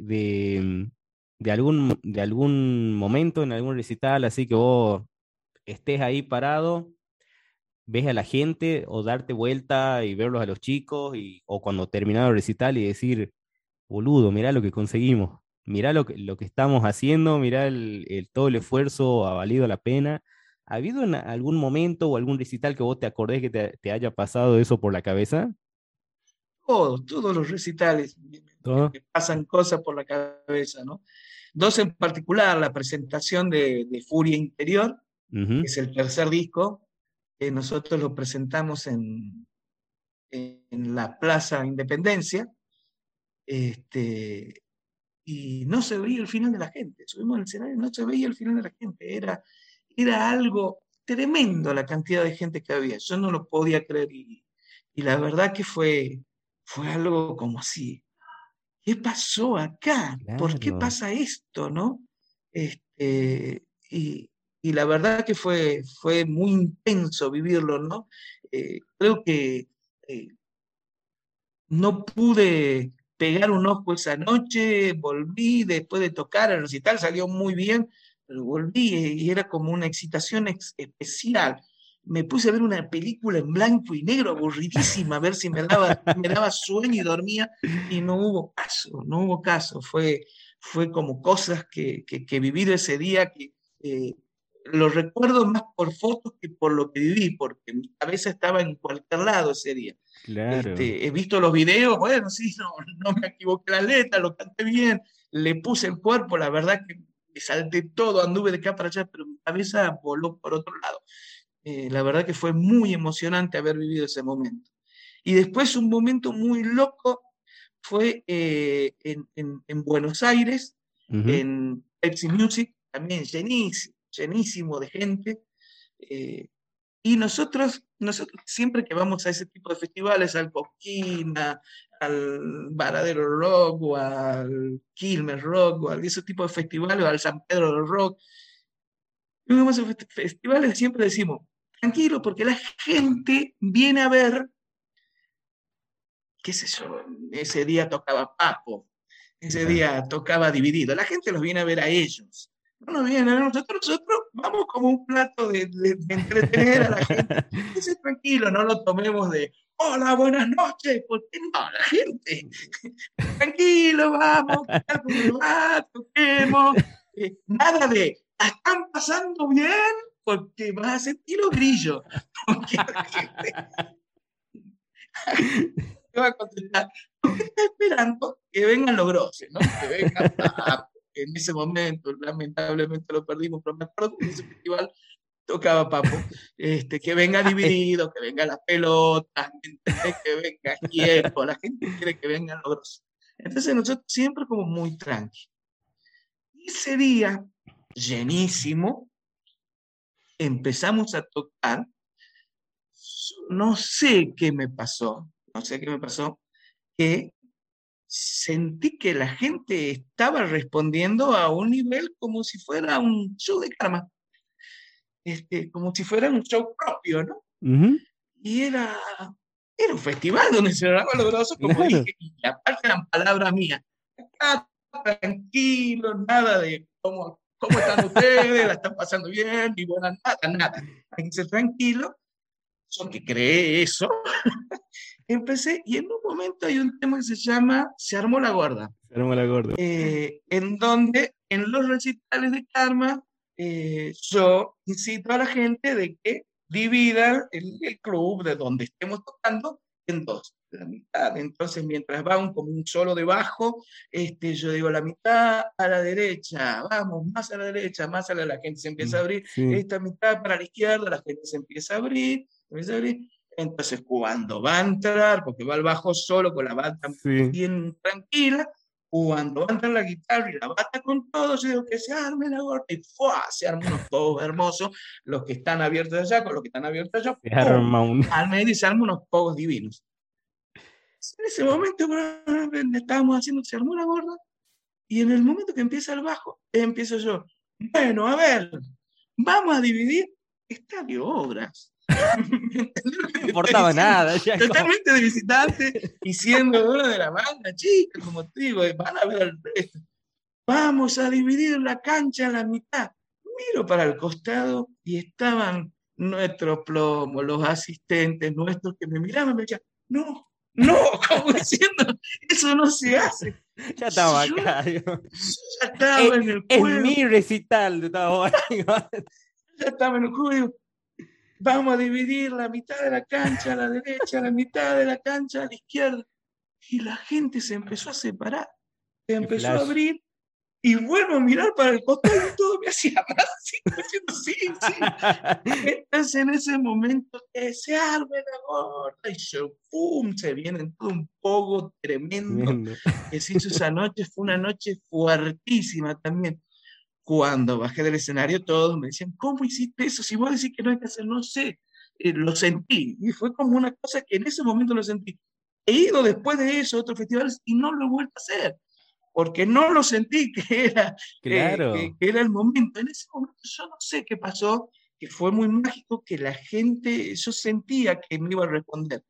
de algún momento en algún recital así que vos estés ahí parado, ves a la gente o darte vuelta y verlos a los chicos o cuando terminado el recital y decir, boludo, mirá lo que conseguimos, mirá lo que estamos haciendo, mirá todo el esfuerzo ha valido la pena? ¿Ha habido algún momento o algún recital que vos te acordés que te haya pasado eso por la cabeza? Todos los recitales ¿Todo? me pasan cosas por la cabeza, ¿no? Dos en particular, la presentación de Furia Interior, que Ujú. es el tercer disco, que nosotros lo presentamos en la Plaza Independencia, este, y no se veía el final de la gente. Subimos al escenario y no se veía el final de la gente. Era algo tremendo la cantidad de gente que había. Yo no lo podía creer y la verdad que fue algo como así. ¿Qué pasó acá? ¿Por qué Claro, pasa esto, no? Y la verdad que fue muy intenso vivirlo, ¿no? Creo que eh, no pude pegar un ojo esa noche, volví después de tocar el recital, salió muy bien, pero volví y era como una excitación especial. Me puse a ver una película en blanco y negro, aburridísima, a ver si me daba sueño y dormía, y no hubo caso, no hubo caso. Fue como cosas que viví de ese día que eh, lo recuerdo más por fotos que por lo que viví, porque mi cabeza estaba en cualquier lado ese día. claro. He visto los videos, bueno, sí, no, no me equivoqué la letra, lo canté bien, le puse el cuerpo, la verdad que me salté todo, anduve de acá para allá, pero mi cabeza voló por otro lado. La verdad que fue muy emocionante haber vivido ese momento. Y después un momento muy loco fue en Buenos Aires, Ujú. en Pepsi Music, también llenísimo, llenísimo de gente. eh, y nosotros siempre que vamos a ese tipo de festivales, al Coquina, al Varadero Rock o al Quilmes Rock o a ese tipo de festivales, o al San Pedro del Rock, y vamos a festivales siempre decimos, tranquilo, porque la gente viene a ver, qué sé yo, ese día tocaba Papo, ese Claro. día tocaba Dividido, la gente los viene a ver a ellos. No nos vienen a ver a nosotros vamos como un plato de entretener a la gente. Entonces, tranquilo, no lo tomemos de, hola, buenas noches, porque no, la gente, tranquilo, vamos, que algo me va, toquemos, nada de, ¿la están pasando bien? Porque vas a sentir los grillos, porque la gente te va a contestar, porque está esperando que vengan los groses, ¿no? Que vengan en ese momento, lamentablemente lo perdimos, pero me acuerdo que en ese festival tocaba Papo, que venga dividido, que venga las pelotas, ¿me entendés? Que venga Gieco, la gente quiere que vengan los grosos. Entonces nosotros siempre como muy tranqui. Y ese día, llenísimo, empezamos a tocar, no sé qué me pasó, no sé qué me pasó, que sentí que la gente estaba respondiendo a un nivel como si fuera un show de karma, como si fuera un show propio, ¿no? Ujú. Y era, era un festival donde se grababa Los Grosos, como Claro. dije, y aparte eran palabras mías. Acá, tranquilo, nada de cómo están ustedes, la están pasando bien, y buenas, nada. Hay que ser tranquilo. Yo que creé eso, empecé, y en un momento hay un tema que se llama Se armó la gorda, Se armó la gorda. en donde en los recitales de Karma yo incito a la gente de que divida el club de donde estemos tocando en dos, la mitad. Entonces, mientras va como un solo de bajo, yo digo la mitad a la derecha, vamos, más a la derecha, más a la gente se empieza a abrir, Sí, esta mitad para la izquierda, la gente se empieza a abrir, se empieza a abrir. Entonces, cuando va a entrar, porque va al bajo solo, con la bata sí. bien tranquila, cuando va a entrar la guitarra y la bata con todo, yo digo que se arme la gorda, y ¡fua! Se arman unos pogos hermosos, los que están abiertos allá con los que están abiertos allá, Se ¡pum! arma un... Al medio y se arman unos pogos divinos. En ese momento estábamos haciendo, se armó la gorda, y en el momento que empieza el bajo, empiezo yo, bueno, a ver, vamos a dividir estadio Obras. No importaba nada. Ya como... Totalmente de visitante y siendo uno de la banda, chica, como te digo, van a ver el resto. Vamos a dividir la cancha a la mitad. Miro para el costado y estaban nuestros plomos, los asistentes nuestros que me miraban y me decían, no, no, como diciendo, eso no se hace. Ya estaba Yo, acá. yo ya estaba en el Es juego, mi recital. Estaba... ya estaba en el juego. Vamos a dividir la mitad de la cancha a la derecha, la mitad de la cancha a la izquierda. Y la gente se empezó a separar, se Qué empezó a flash. abrir, y vuelvo a mirar para el costado y todo me hacía más, así, diciendo, sí, sí. Entonces en ese momento que se arme la gorda, y yo, ¡pum! Se viene todo un poco tremendo, que se hizo esa noche, fue una noche fuertísima también. Cuando bajé del escenario, todos me decían, ¿cómo hiciste eso? Si vos decís que no hay que hacer, no sé. Lo sentí, y fue como una cosa que en ese momento lo sentí. He ido después de eso a otros festivales y no lo he vuelto a hacer, porque no lo sentí Claro. que era el momento. En ese momento yo no sé qué pasó, que fue muy mágico, que la gente, yo sentía que me iba a responder.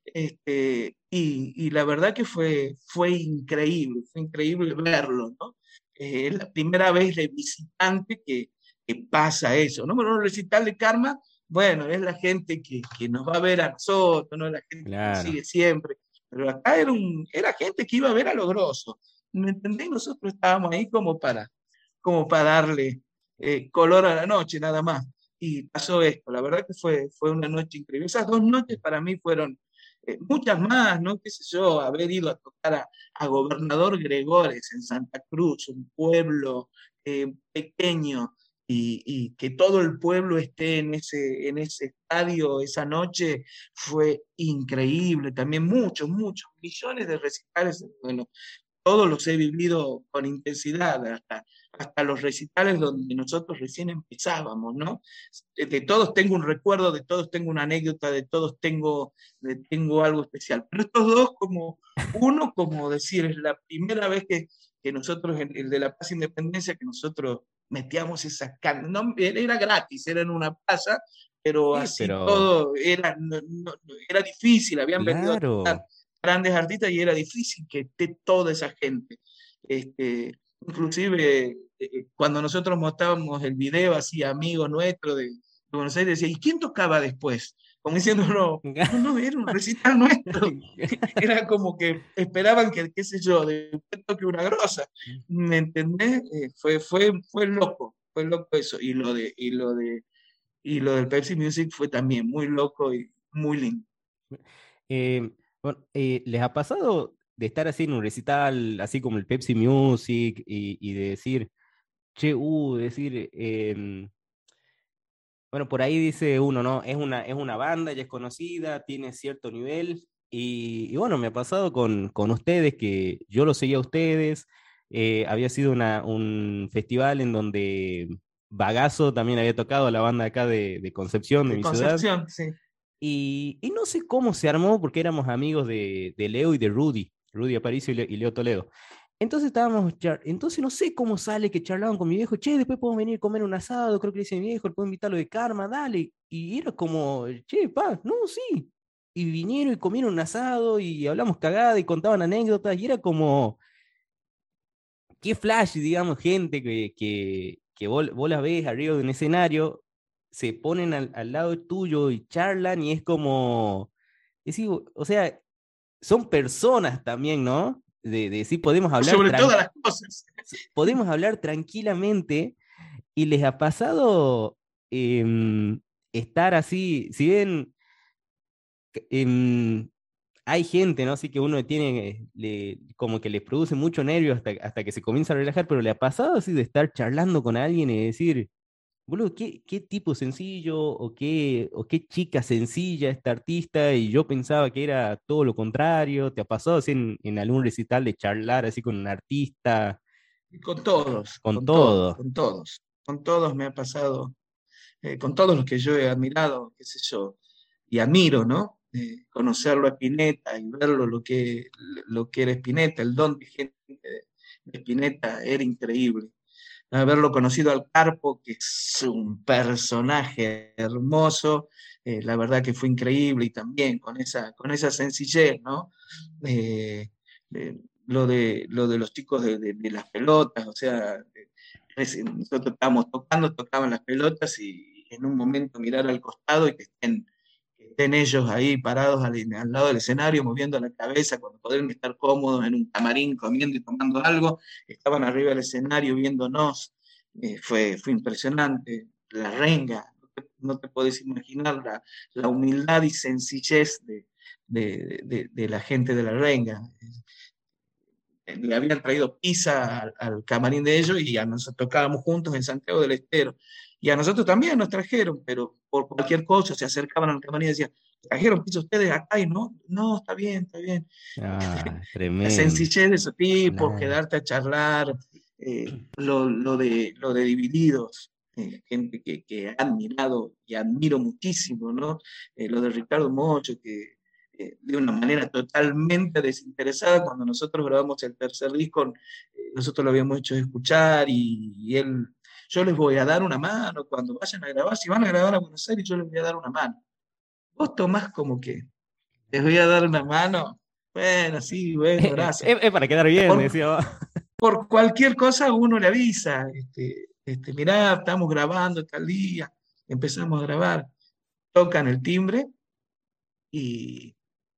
Y la verdad que fue increíble verlo, ¿no? Es la primera vez de visitante que pasa eso, ¿no? Bueno, un recital de Karma, bueno, es la gente que nos va a ver a nosotros, ¿no? La gente que nos Claro. sigue siempre, pero acá era gente que iba a ver a los grosos, ¿me entendés? Nosotros estábamos ahí como para darle color a la noche, nada más. Y pasó esto, la verdad que fue una noche increíble. Esas 2 noches para mí fueron muchas más, ¿no? Qué sé yo, haber ido a tocar a Gobernador Gregores en Santa Cruz, un pueblo pequeño, y que todo el pueblo esté en ese estadio esa noche, fue increíble. También muchos, muchos, millones de recitales, bueno, todos los he vivido con intensidad, hasta los recitales donde nosotros recién empezábamos, ¿no? De todos tengo un recuerdo, de todos tengo una anécdota, de todos tengo algo especial. Pero estos dos, como decir, es la primera vez que nosotros, el de La Paz Independencia, que nosotros metíamos esa carne. No, era gratis, era en una plaza, pero Sí, así pero... todo era difícil, habían venido a tocar Claro. grandes artistas y era difícil que esté toda esa gente. Inclusive, cuando nosotros mostrábamos el video así, amigo nuestro de Buenos Aires, decía, ¿y quién tocaba después? Como diciendo, no, no, no, era un recital nuestro. Era como que esperaban que, qué sé yo, de toque una grosa. ¿Me entendés? Fue loco eso. Y lo del Pepsi Music fue también muy loco y muy lindo. Bueno, ¿les ha pasado de estar así en un recital, así como el Pepsi Music, y de decir, che, decir, bueno, por ahí dice uno, ¿no? Es una banda, ya es conocida, tiene cierto nivel, y bueno, me ha pasado con ustedes, que yo lo seguía a ustedes, había sido un festival en donde Bagazo también había tocado, la banda acá de Concepción, de De mi ciudad. Concepción, sí. Y no sé cómo se armó, porque éramos amigos de Leo y de Rudy Aparicio y Leo Toledo. Entonces entonces no sé cómo sale que charlaban con mi viejo, che, después podemos venir a comer un asado, creo que le dice mi viejo, le puedo invitarlo de Karma, dale. Y era como, che, pa, no, sí. y vinieron y comieron un asado y hablamos cagada y contaban anécdotas y era como, qué flash, digamos, gente que vos la ves arriba de un escenario, se ponen al lado tuyo y charlan y es como, decir, o sea, son personas también, ¿no? De decir, Sobre todas las cosas. podemos hablar tranquilamente y les ha pasado estar así, si bien em, hay gente, ¿no? Así que uno tiene, como que les produce mucho nervio hasta que se comienza a relajar, pero le ha pasado así de estar charlando con alguien y decir, boludo, qué tipo sencillo o qué chica sencilla esta artista y yo pensaba que era todo lo contrario. ¿Te ha pasado así en algún recital de charlar así con un artista, Y con todos, con con todos, todo? con todos. Con todos me ha pasado, con todos los que yo he admirado, qué sé yo, y admiro, ¿no? Conocerlo a Spinetta y verlo lo que era Spinetta, el don de gente de Spinetta era increíble. Haberlo conocido al Carpo, que es un personaje hermoso, la verdad que fue increíble y también con esa sencillez, ¿no? Eh, lo de los chicos de las pelotas, o sea, nosotros estábamos tocando, tocaban las pelotas y en un momento mirar al costado y que estén ellos ahí parados al lado del escenario, moviendo la cabeza, cuando podrían estar cómodos en un camarín comiendo y tomando algo, estaban arriba del escenario viéndonos. Fue impresionante. La renga, no te podés imaginar la humildad y sencillez de la gente de la renga. Le habían traído pizza al camarín de ellos y a nosotros tocábamos juntos en Santiago del Estero. Y a nosotros también nos trajeron, pero por cualquier cosa se acercaban al camarín y decían, ¿trajeron pizza ustedes acá? Y no, no, está bien, está bien. Ah, La tremendo. sencillez de esos tipos, Nah. quedarte a charlar, lo de Divididos, gente que he admirado y admiro muchísimo, ¿no? Lo de Ricardo Mocho, que de una manera totalmente desinteresada, cuando nosotros grabamos el tercer disco, nosotros lo habíamos hecho escuchar y él, yo les voy a dar una mano cuando vayan a grabar, si van a grabar a Buenos Aires, yo les voy a dar una mano. Vos tomás como que les voy a dar una mano. Bueno, sí, bueno, gracias. Es para quedar bien, Por, decía. por cualquier cosa uno le avisa, mirá, estamos grabando tal día, empezamos a grabar, tocan el timbre y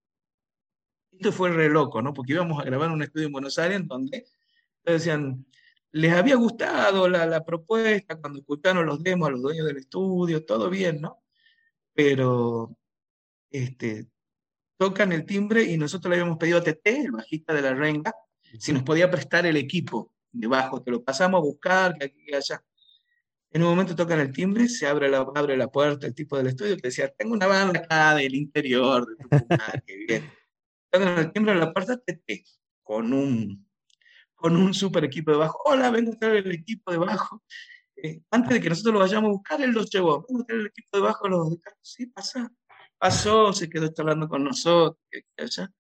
esto fue re loco, ¿no? Porque íbamos a grabar un estudio en Buenos Aires en donde decían, les había gustado la propuesta cuando escucharon los demos a los dueños del estudio, todo bien, ¿no? Pero este, tocan el timbre y nosotros le habíamos pedido a Tete, el bajista de la renga, si nos podía prestar el equipo de bajo, que lo pasamos a buscar, que aquí, que allá. En un momento tocan el timbre, se abre la puerta el tipo del estudio que decía, tengo una banda acá del interior de Tucumán, que bien. Tocan el timbre de la puerta, Tete, con con un super equipo de bajo. Hola, vengo a traer el equipo de bajo. Antes de que nosotros lo vayamos a buscar, él los llevó. Vengo a traer el equipo de bajo, los de Carlos. Sí, pasa. Pasó, se quedó charlando con nosotros, que allá.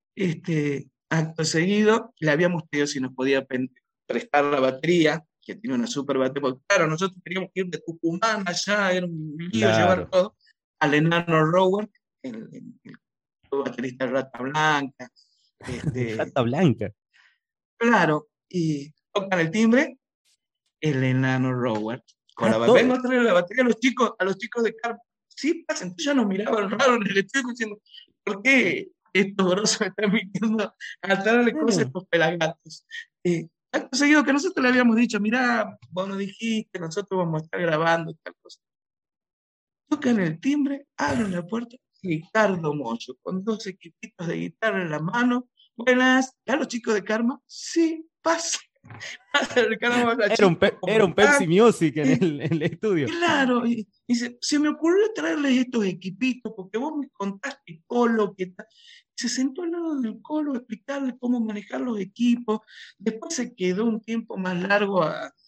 Acto seguido, le habíamos pedido si nos podía prestar la batería, que tiene una super batería, porque claro, nosotros teníamos que ir de Tucumán allá, era un lío llevar Claro. todo, al enano Rower, el baterista de Rata Blanca, este, Rata Blanca. claro, y tocan el timbre, el enano Rower, con Ah, la vengo a traer la batería a los chicos de Carpa, sí, pasen, entonces ya nos miraban raro en el estudio diciendo, ¿por qué estos grosos están viniendo a traerle cosas a claro. estos pelagatos? Acto seguido que nosotros le habíamos dicho, mirá, vos nos dijiste, nosotros vamos a estar grabando tal cosa. Tocan el timbre, abren la puerta, Ricardo Mocho, con dos equipitos de guitarra en la mano. Buenas, ¿ya los chicos de Karma? Sí, pasa. Pasa Ricardo Mocho, Era un, chicos, ¿cómo era un están? Pepsi Music Eh, en el estudio. Claro, y dice, se me ocurrió traerles estos equipitos porque vos me contaste Colo, que se sentó al lado del Colo a explicarle cómo manejar los equipos. Después se quedó un tiempo más largo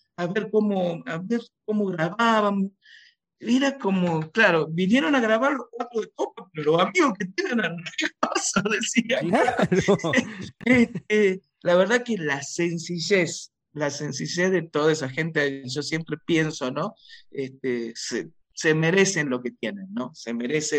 a ver cómo grababan. Era como, claro, vinieron a grabar los cuatro de copa, pero los amigos que tienen a paso, decía. Claro. La verdad que la sencillez de toda esa gente, yo siempre pienso, ¿no? Se merecen lo que tienen, ¿no?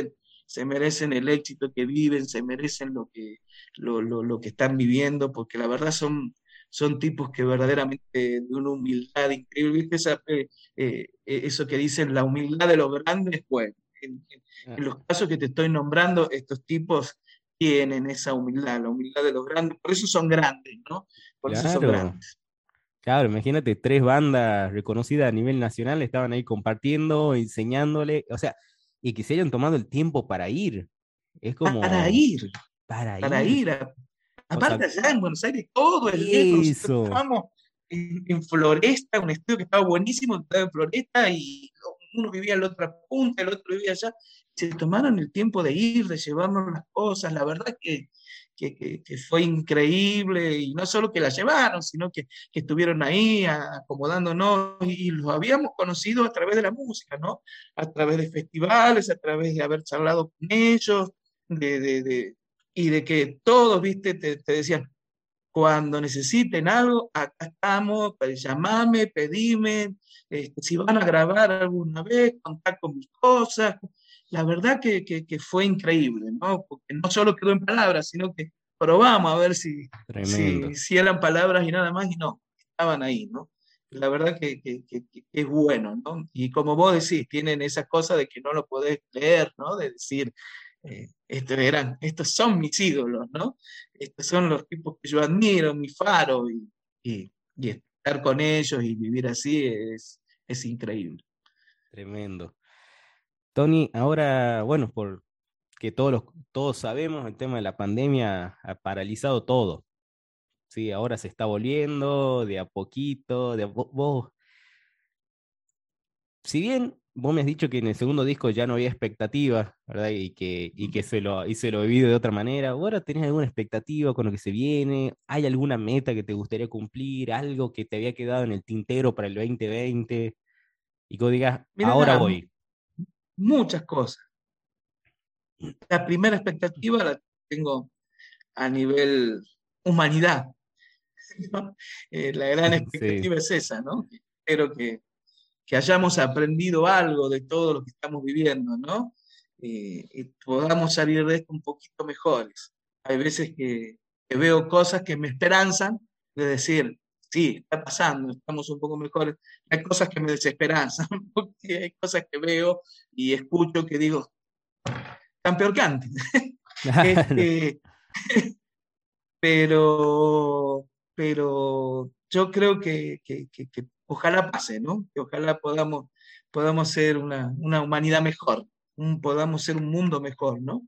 se merecen el éxito que viven, se merecen lo que están viviendo, porque la verdad son tipos que verdaderamente de una humildad increíble. ¿Viste eso que dicen, la humildad de los grandes? Bueno, Ah, en los casos que te estoy nombrando, estos tipos tienen esa humildad, la humildad de los grandes, por eso son grandes, ¿no? Por eso son claro, grandes. claro, imagínate, tres bandas reconocidas a nivel nacional estaban ahí compartiendo, enseñándole, o sea, y que se hayan tomado el tiempo para ir. Es Para como, ir, para para ir. ir. O sea, Aparte allá en Buenos Aires todo es lejos. Nosotros eso, estábamos en Floresta, un estudio que estaba buenísimo, que estaba en Floresta, y uno vivía en la otra punta, el otro vivía allá. Se tomaron el tiempo de ir, de llevarnos las cosas. La verdad que fue increíble, y no solo que la llevaron, sino que estuvieron ahí acomodándonos, y los habíamos conocido a través de la música, ¿no? A través de festivales, a través de haber charlado con ellos, y de que todos, viste, te decían, cuando necesiten algo, acá estamos, llamame, pedime, si van a grabar alguna vez, contar con mis cosas. La verdad que fue increíble, ¿no? Porque no solo quedó en palabras, sino que probamos a ver tremendo, si eran palabras y nada más, y no, estaban ahí, ¿no? La verdad que es bueno, ¿no? Y como vos decís, tienen esa cosa de que no lo podés leer, ¿no? De decir, estos son mis ídolos, ¿no? Estos son los tipos que yo admiro, mi faro, y estar con ellos y vivir así es increíble. tremendo. Tony, ahora, bueno, por que todos sabemos, el tema de la pandemia ha paralizado todo. Sí, ahora se está volviendo de a poquito, vos, si bien vos me has dicho que en el segundo disco ya no había expectativa, ¿verdad? Y que se lo vivido de otra manera, ¿vos ahora tenés alguna expectativa con lo que se viene? ¿Hay alguna meta que te gustaría cumplir? ¿Algo que te había quedado en el tintero para el 2020? Y que vos digas, ahora Mira, voy. muchas cosas. La primera expectativa la tengo a nivel humanidad, ¿no? La gran Sí, expectativa es esa, ¿no? Espero que hayamos aprendido algo de todo lo que estamos viviendo, ¿no? Y podamos salir de esto un poquito mejores. Hay veces que veo cosas que me esperanzan de decir, sí, está pasando, estamos un poco mejores. Hay cosas que me desesperanzan, porque hay cosas que veo y escucho que digo, tan peor que antes. claro. Este, pero, pero yo creo que ojalá pase, ¿no? Que ojalá podamos ser una humanidad mejor, podamos ser un mundo mejor, ¿no?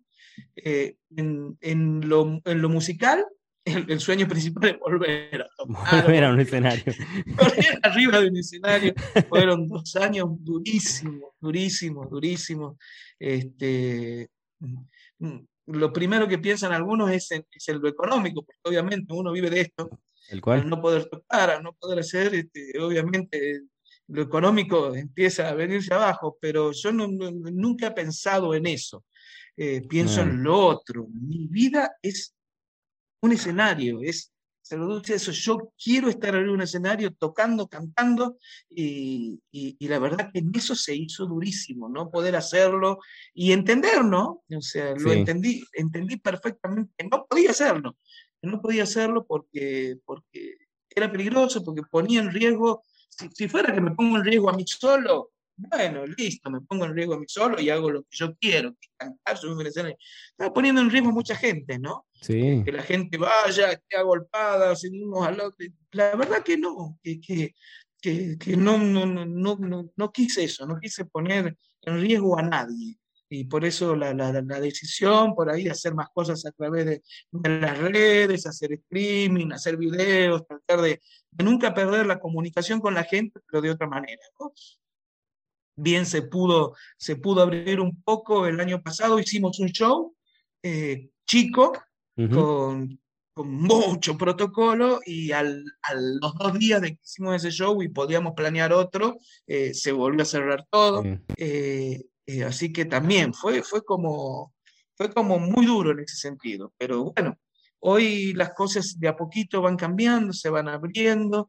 En lo musical, el sueño principal es volver a tocar, Volver a un escenario. volver arriba de un escenario. Fueron 2 años durísimos, durísimos, durísimos. Este, lo primero que piensan algunos es en lo económico, porque obviamente uno vive de esto, ¿El al cual? no poder tocar, al no poder hacer, obviamente lo económico empieza a venirse abajo, pero yo nunca he pensado en eso. Pienso Ah, en lo otro. Mi vida es un escenario, se reduce a eso. Yo quiero estar en un escenario tocando, cantando, y la verdad que en eso se hizo durísimo, ¿no? Poder hacerlo y entender, ¿no? O sea, lo sí. entendí perfectamente que no podía hacerlo, que no podía hacerlo porque era peligroso, porque ponía en riesgo, si fuera que me pongo en riesgo a mí solo. Bueno, listo, me pongo en riesgo a mí solo y hago lo que yo quiero, que cantar, subirme al escenario. Estaba poniendo en riesgo a mucha gente, ¿no? Sí, Que la gente vaya, esté agolpada, sin unos al otro. La verdad que no, que no quise eso, no quise poner en riesgo a nadie. Y por eso la decisión por ahí de hacer más cosas a través de las redes, hacer streaming, hacer videos, tratar de nunca perder la comunicación con la gente, pero de otra manera, ¿no? Bien se pudo abrir un poco el año pasado, hicimos un show chico, ujú, con mucho protocolo, y a los 2 días de que hicimos ese show y podíamos planear otro, se volvió a cerrar todo. sí. Así que también fue como muy duro en ese sentido, pero bueno, hoy las cosas de a poquito van cambiando, se van abriendo.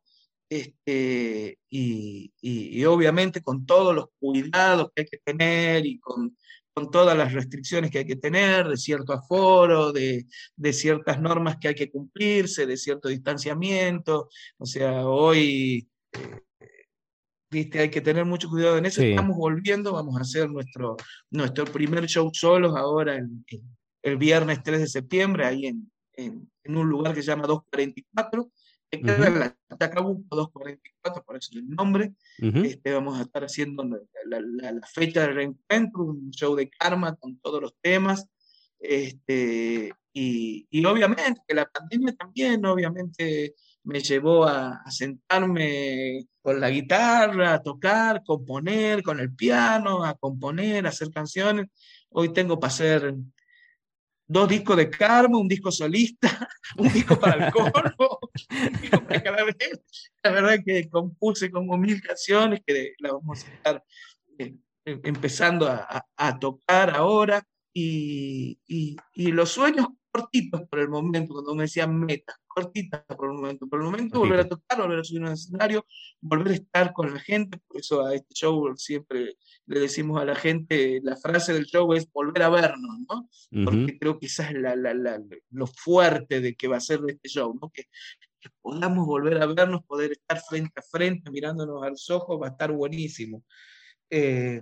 Y obviamente con todos los cuidados que hay que tener, y con con todas las restricciones que hay que tener, de cierto aforo, de ciertas normas que hay que cumplirse, de cierto distanciamiento. O sea, hoy, viste, hay que tener mucho cuidado en eso. Sí. Estamos volviendo, vamos a hacer nuestro primer show solos ahora el viernes 3 de septiembre, ahí en un lugar que se llama 244, que queda Ujú, en la Chacabuco 244, por eso el nombre. ujú. Vamos a estar haciendo la fecha del reencuentro, un show de Karma con todos los temas. Y obviamente que la pandemia también, obviamente, me llevó a sentarme con la guitarra, a tocar, componer, con el piano, a componer, a hacer canciones. Hoy tengo para hacer 2 discos de Karma, un disco solista, un disco para el coro, un disco para cada vez. La verdad que compuse como 1000 canciones que las vamos a estar eh, empezando a tocar ahora. Y los sueños cortitos por el momento, cuando me decían metas, cortitas por el momento volver a Cortito. tocar, volver a subir a un escenario, volver a estar con la gente. Por eso a este show siempre le decimos a la gente, la frase del show es volver a vernos, ¿no? Ujú. Porque creo que esa es lo fuerte de que va a ser de este show, ¿no? Que podamos volver a vernos, poder estar frente a frente, mirándonos a los ojos, va a estar buenísimo. Eh,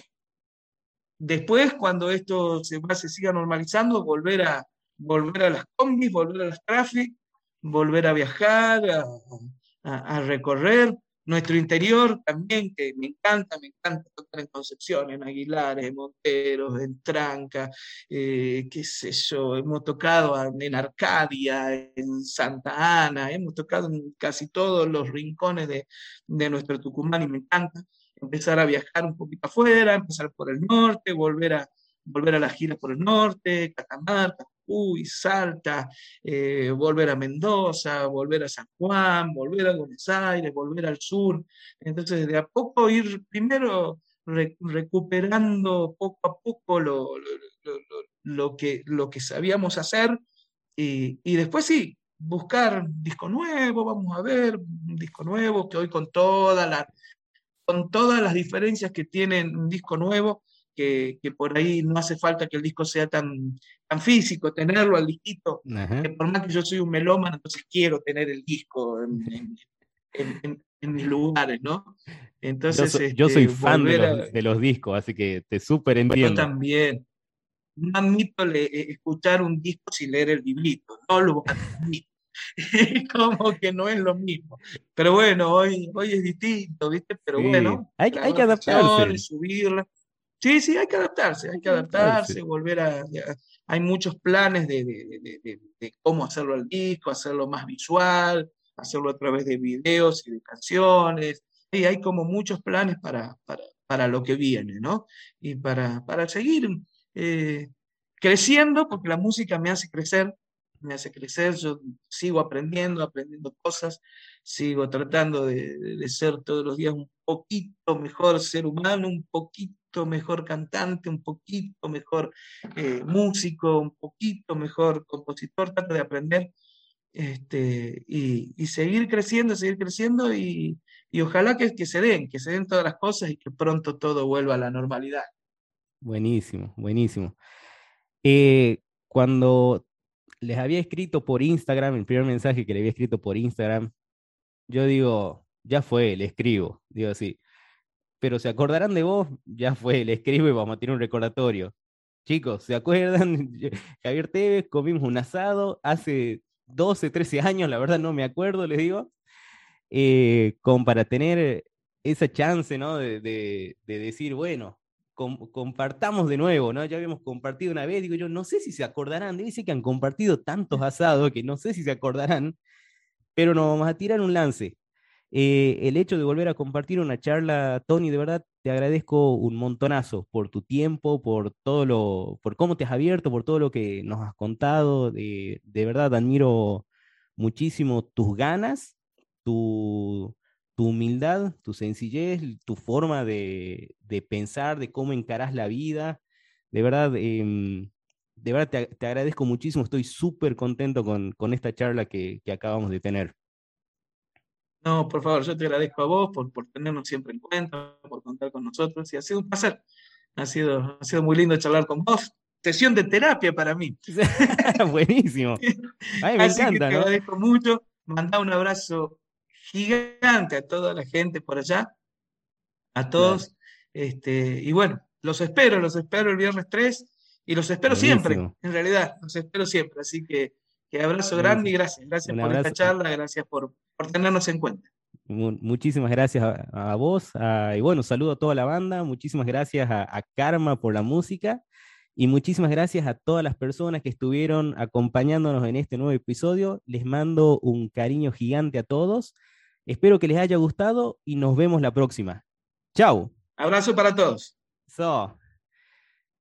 Después, cuando esto se siga normalizando, volver a las combis, volver a las traffic, volver a viajar, a recorrer nuestro interior también, que me encanta tocar en Concepción, en Aguilares, en Monteros, en Tranca, qué sé yo, hemos tocado en Arcadia, en Santa Ana, hemos tocado en casi todos los rincones de nuestro Tucumán y me encanta empezar a viajar un poquito afuera, empezar por el norte, volver a la gira por el norte, Catamarca, Jujuy, Salta, volver a Mendoza, volver a San Juan, volver a Buenos Aires, volver al sur. Entonces, de a poco ir primero recuperando poco a poco lo que sabíamos hacer y después sí, buscar un disco nuevo, vamos a ver, un disco nuevo que hoy con todas las diferencias que tienen un disco nuevo, que por ahí no hace falta que el disco sea tan físico, tenerlo al disquito, Ajá. que por más que yo soy un melómano, entonces quiero tener el disco en mis lugares, ¿no? Entonces, Yo soy fan volver a... de los discos, así que te súper Yo entiendo. también, no admito escuchar un disco sin leer el librito, no lo admito. Como que no es lo mismo. Pero bueno, hoy es distinto, ¿viste? Pero Sí, bueno, hay que grabar adaptarse. canciones, subirlas. Sí, sí, hay Hay que que adaptarse. adaptarse, hay muchos planes de cómo hacerlo al disco, hacerlo más visual, hacerlo a través de videos y de canciones. Sí, hay como muchos planes para lo que viene, ¿no? Y para seguir eh, creciendo, porque la música me hace crecer, yo sigo aprendiendo cosas, sigo tratando de ser todos los días un poquito mejor ser humano, un poquito mejor cantante, un poquito mejor músico, un poquito mejor compositor, trato de aprender y seguir creciendo y ojalá que se den todas las cosas y que pronto todo vuelva a la normalidad. Buenísimo, buenísimo. Cuando les había escrito por Instagram, el primer mensaje que le había escrito por Instagram, yo digo, ya fue, le escribo, digo así, pero se acordarán de vos, ya fue, le escribo y vamos a tener un recordatorio. Chicos, ¿se acuerdan? Javier Tevez, comimos un asado hace 12, 13 años, la verdad no me acuerdo, les digo, como para tener esa chance, ¿no? De decir, bueno, compartamos de nuevo, ¿no? Ya habíamos compartido una vez, digo yo, no sé si se acordarán, debe ser que han compartido tantos asados que no sé si se acordarán, pero nos vamos a tirar un lance. El hecho de volver a compartir una charla, Tony, de verdad te agradezco un montonazo por tu tiempo, por cómo te has abierto, por todo lo que nos has contado. De verdad admiro muchísimo tus ganas, tu, tu humildad, tu sencillez, tu forma de pensar, de cómo encarás la vida. De verdad, te agradezco muchísimo. Estoy súper contento con esta charla que acabamos de tener. No, por favor, yo te agradezco a vos por tenernos siempre en cuenta, por contar con nosotros y ha sido un placer. Ha sido muy lindo charlar con vos. Sesión de terapia para mí. Buenísimo. A mí me Así que encanta, te ¿no? agradezco mucho. Mandá un abrazo gigante a toda la gente por allá, a Dale. todos. Y bueno, los espero el viernes 3 y los espero siempre, Buenísimo, en realidad, los espero siempre. Así que abrazo grande y buenísimo. gracias. Gracias Un por esta abrazo. charla, gracias por tenernos en cuenta. Muchísimas gracias a vos. Y bueno, saludo a toda la banda. Muchísimas gracias a Karma por la música. Y muchísimas gracias a todas las personas que estuvieron acompañándonos en este nuevo episodio. Les mando un cariño gigante a todos. Espero que les haya gustado y nos vemos la próxima. Chao. Abrazo para todos. So.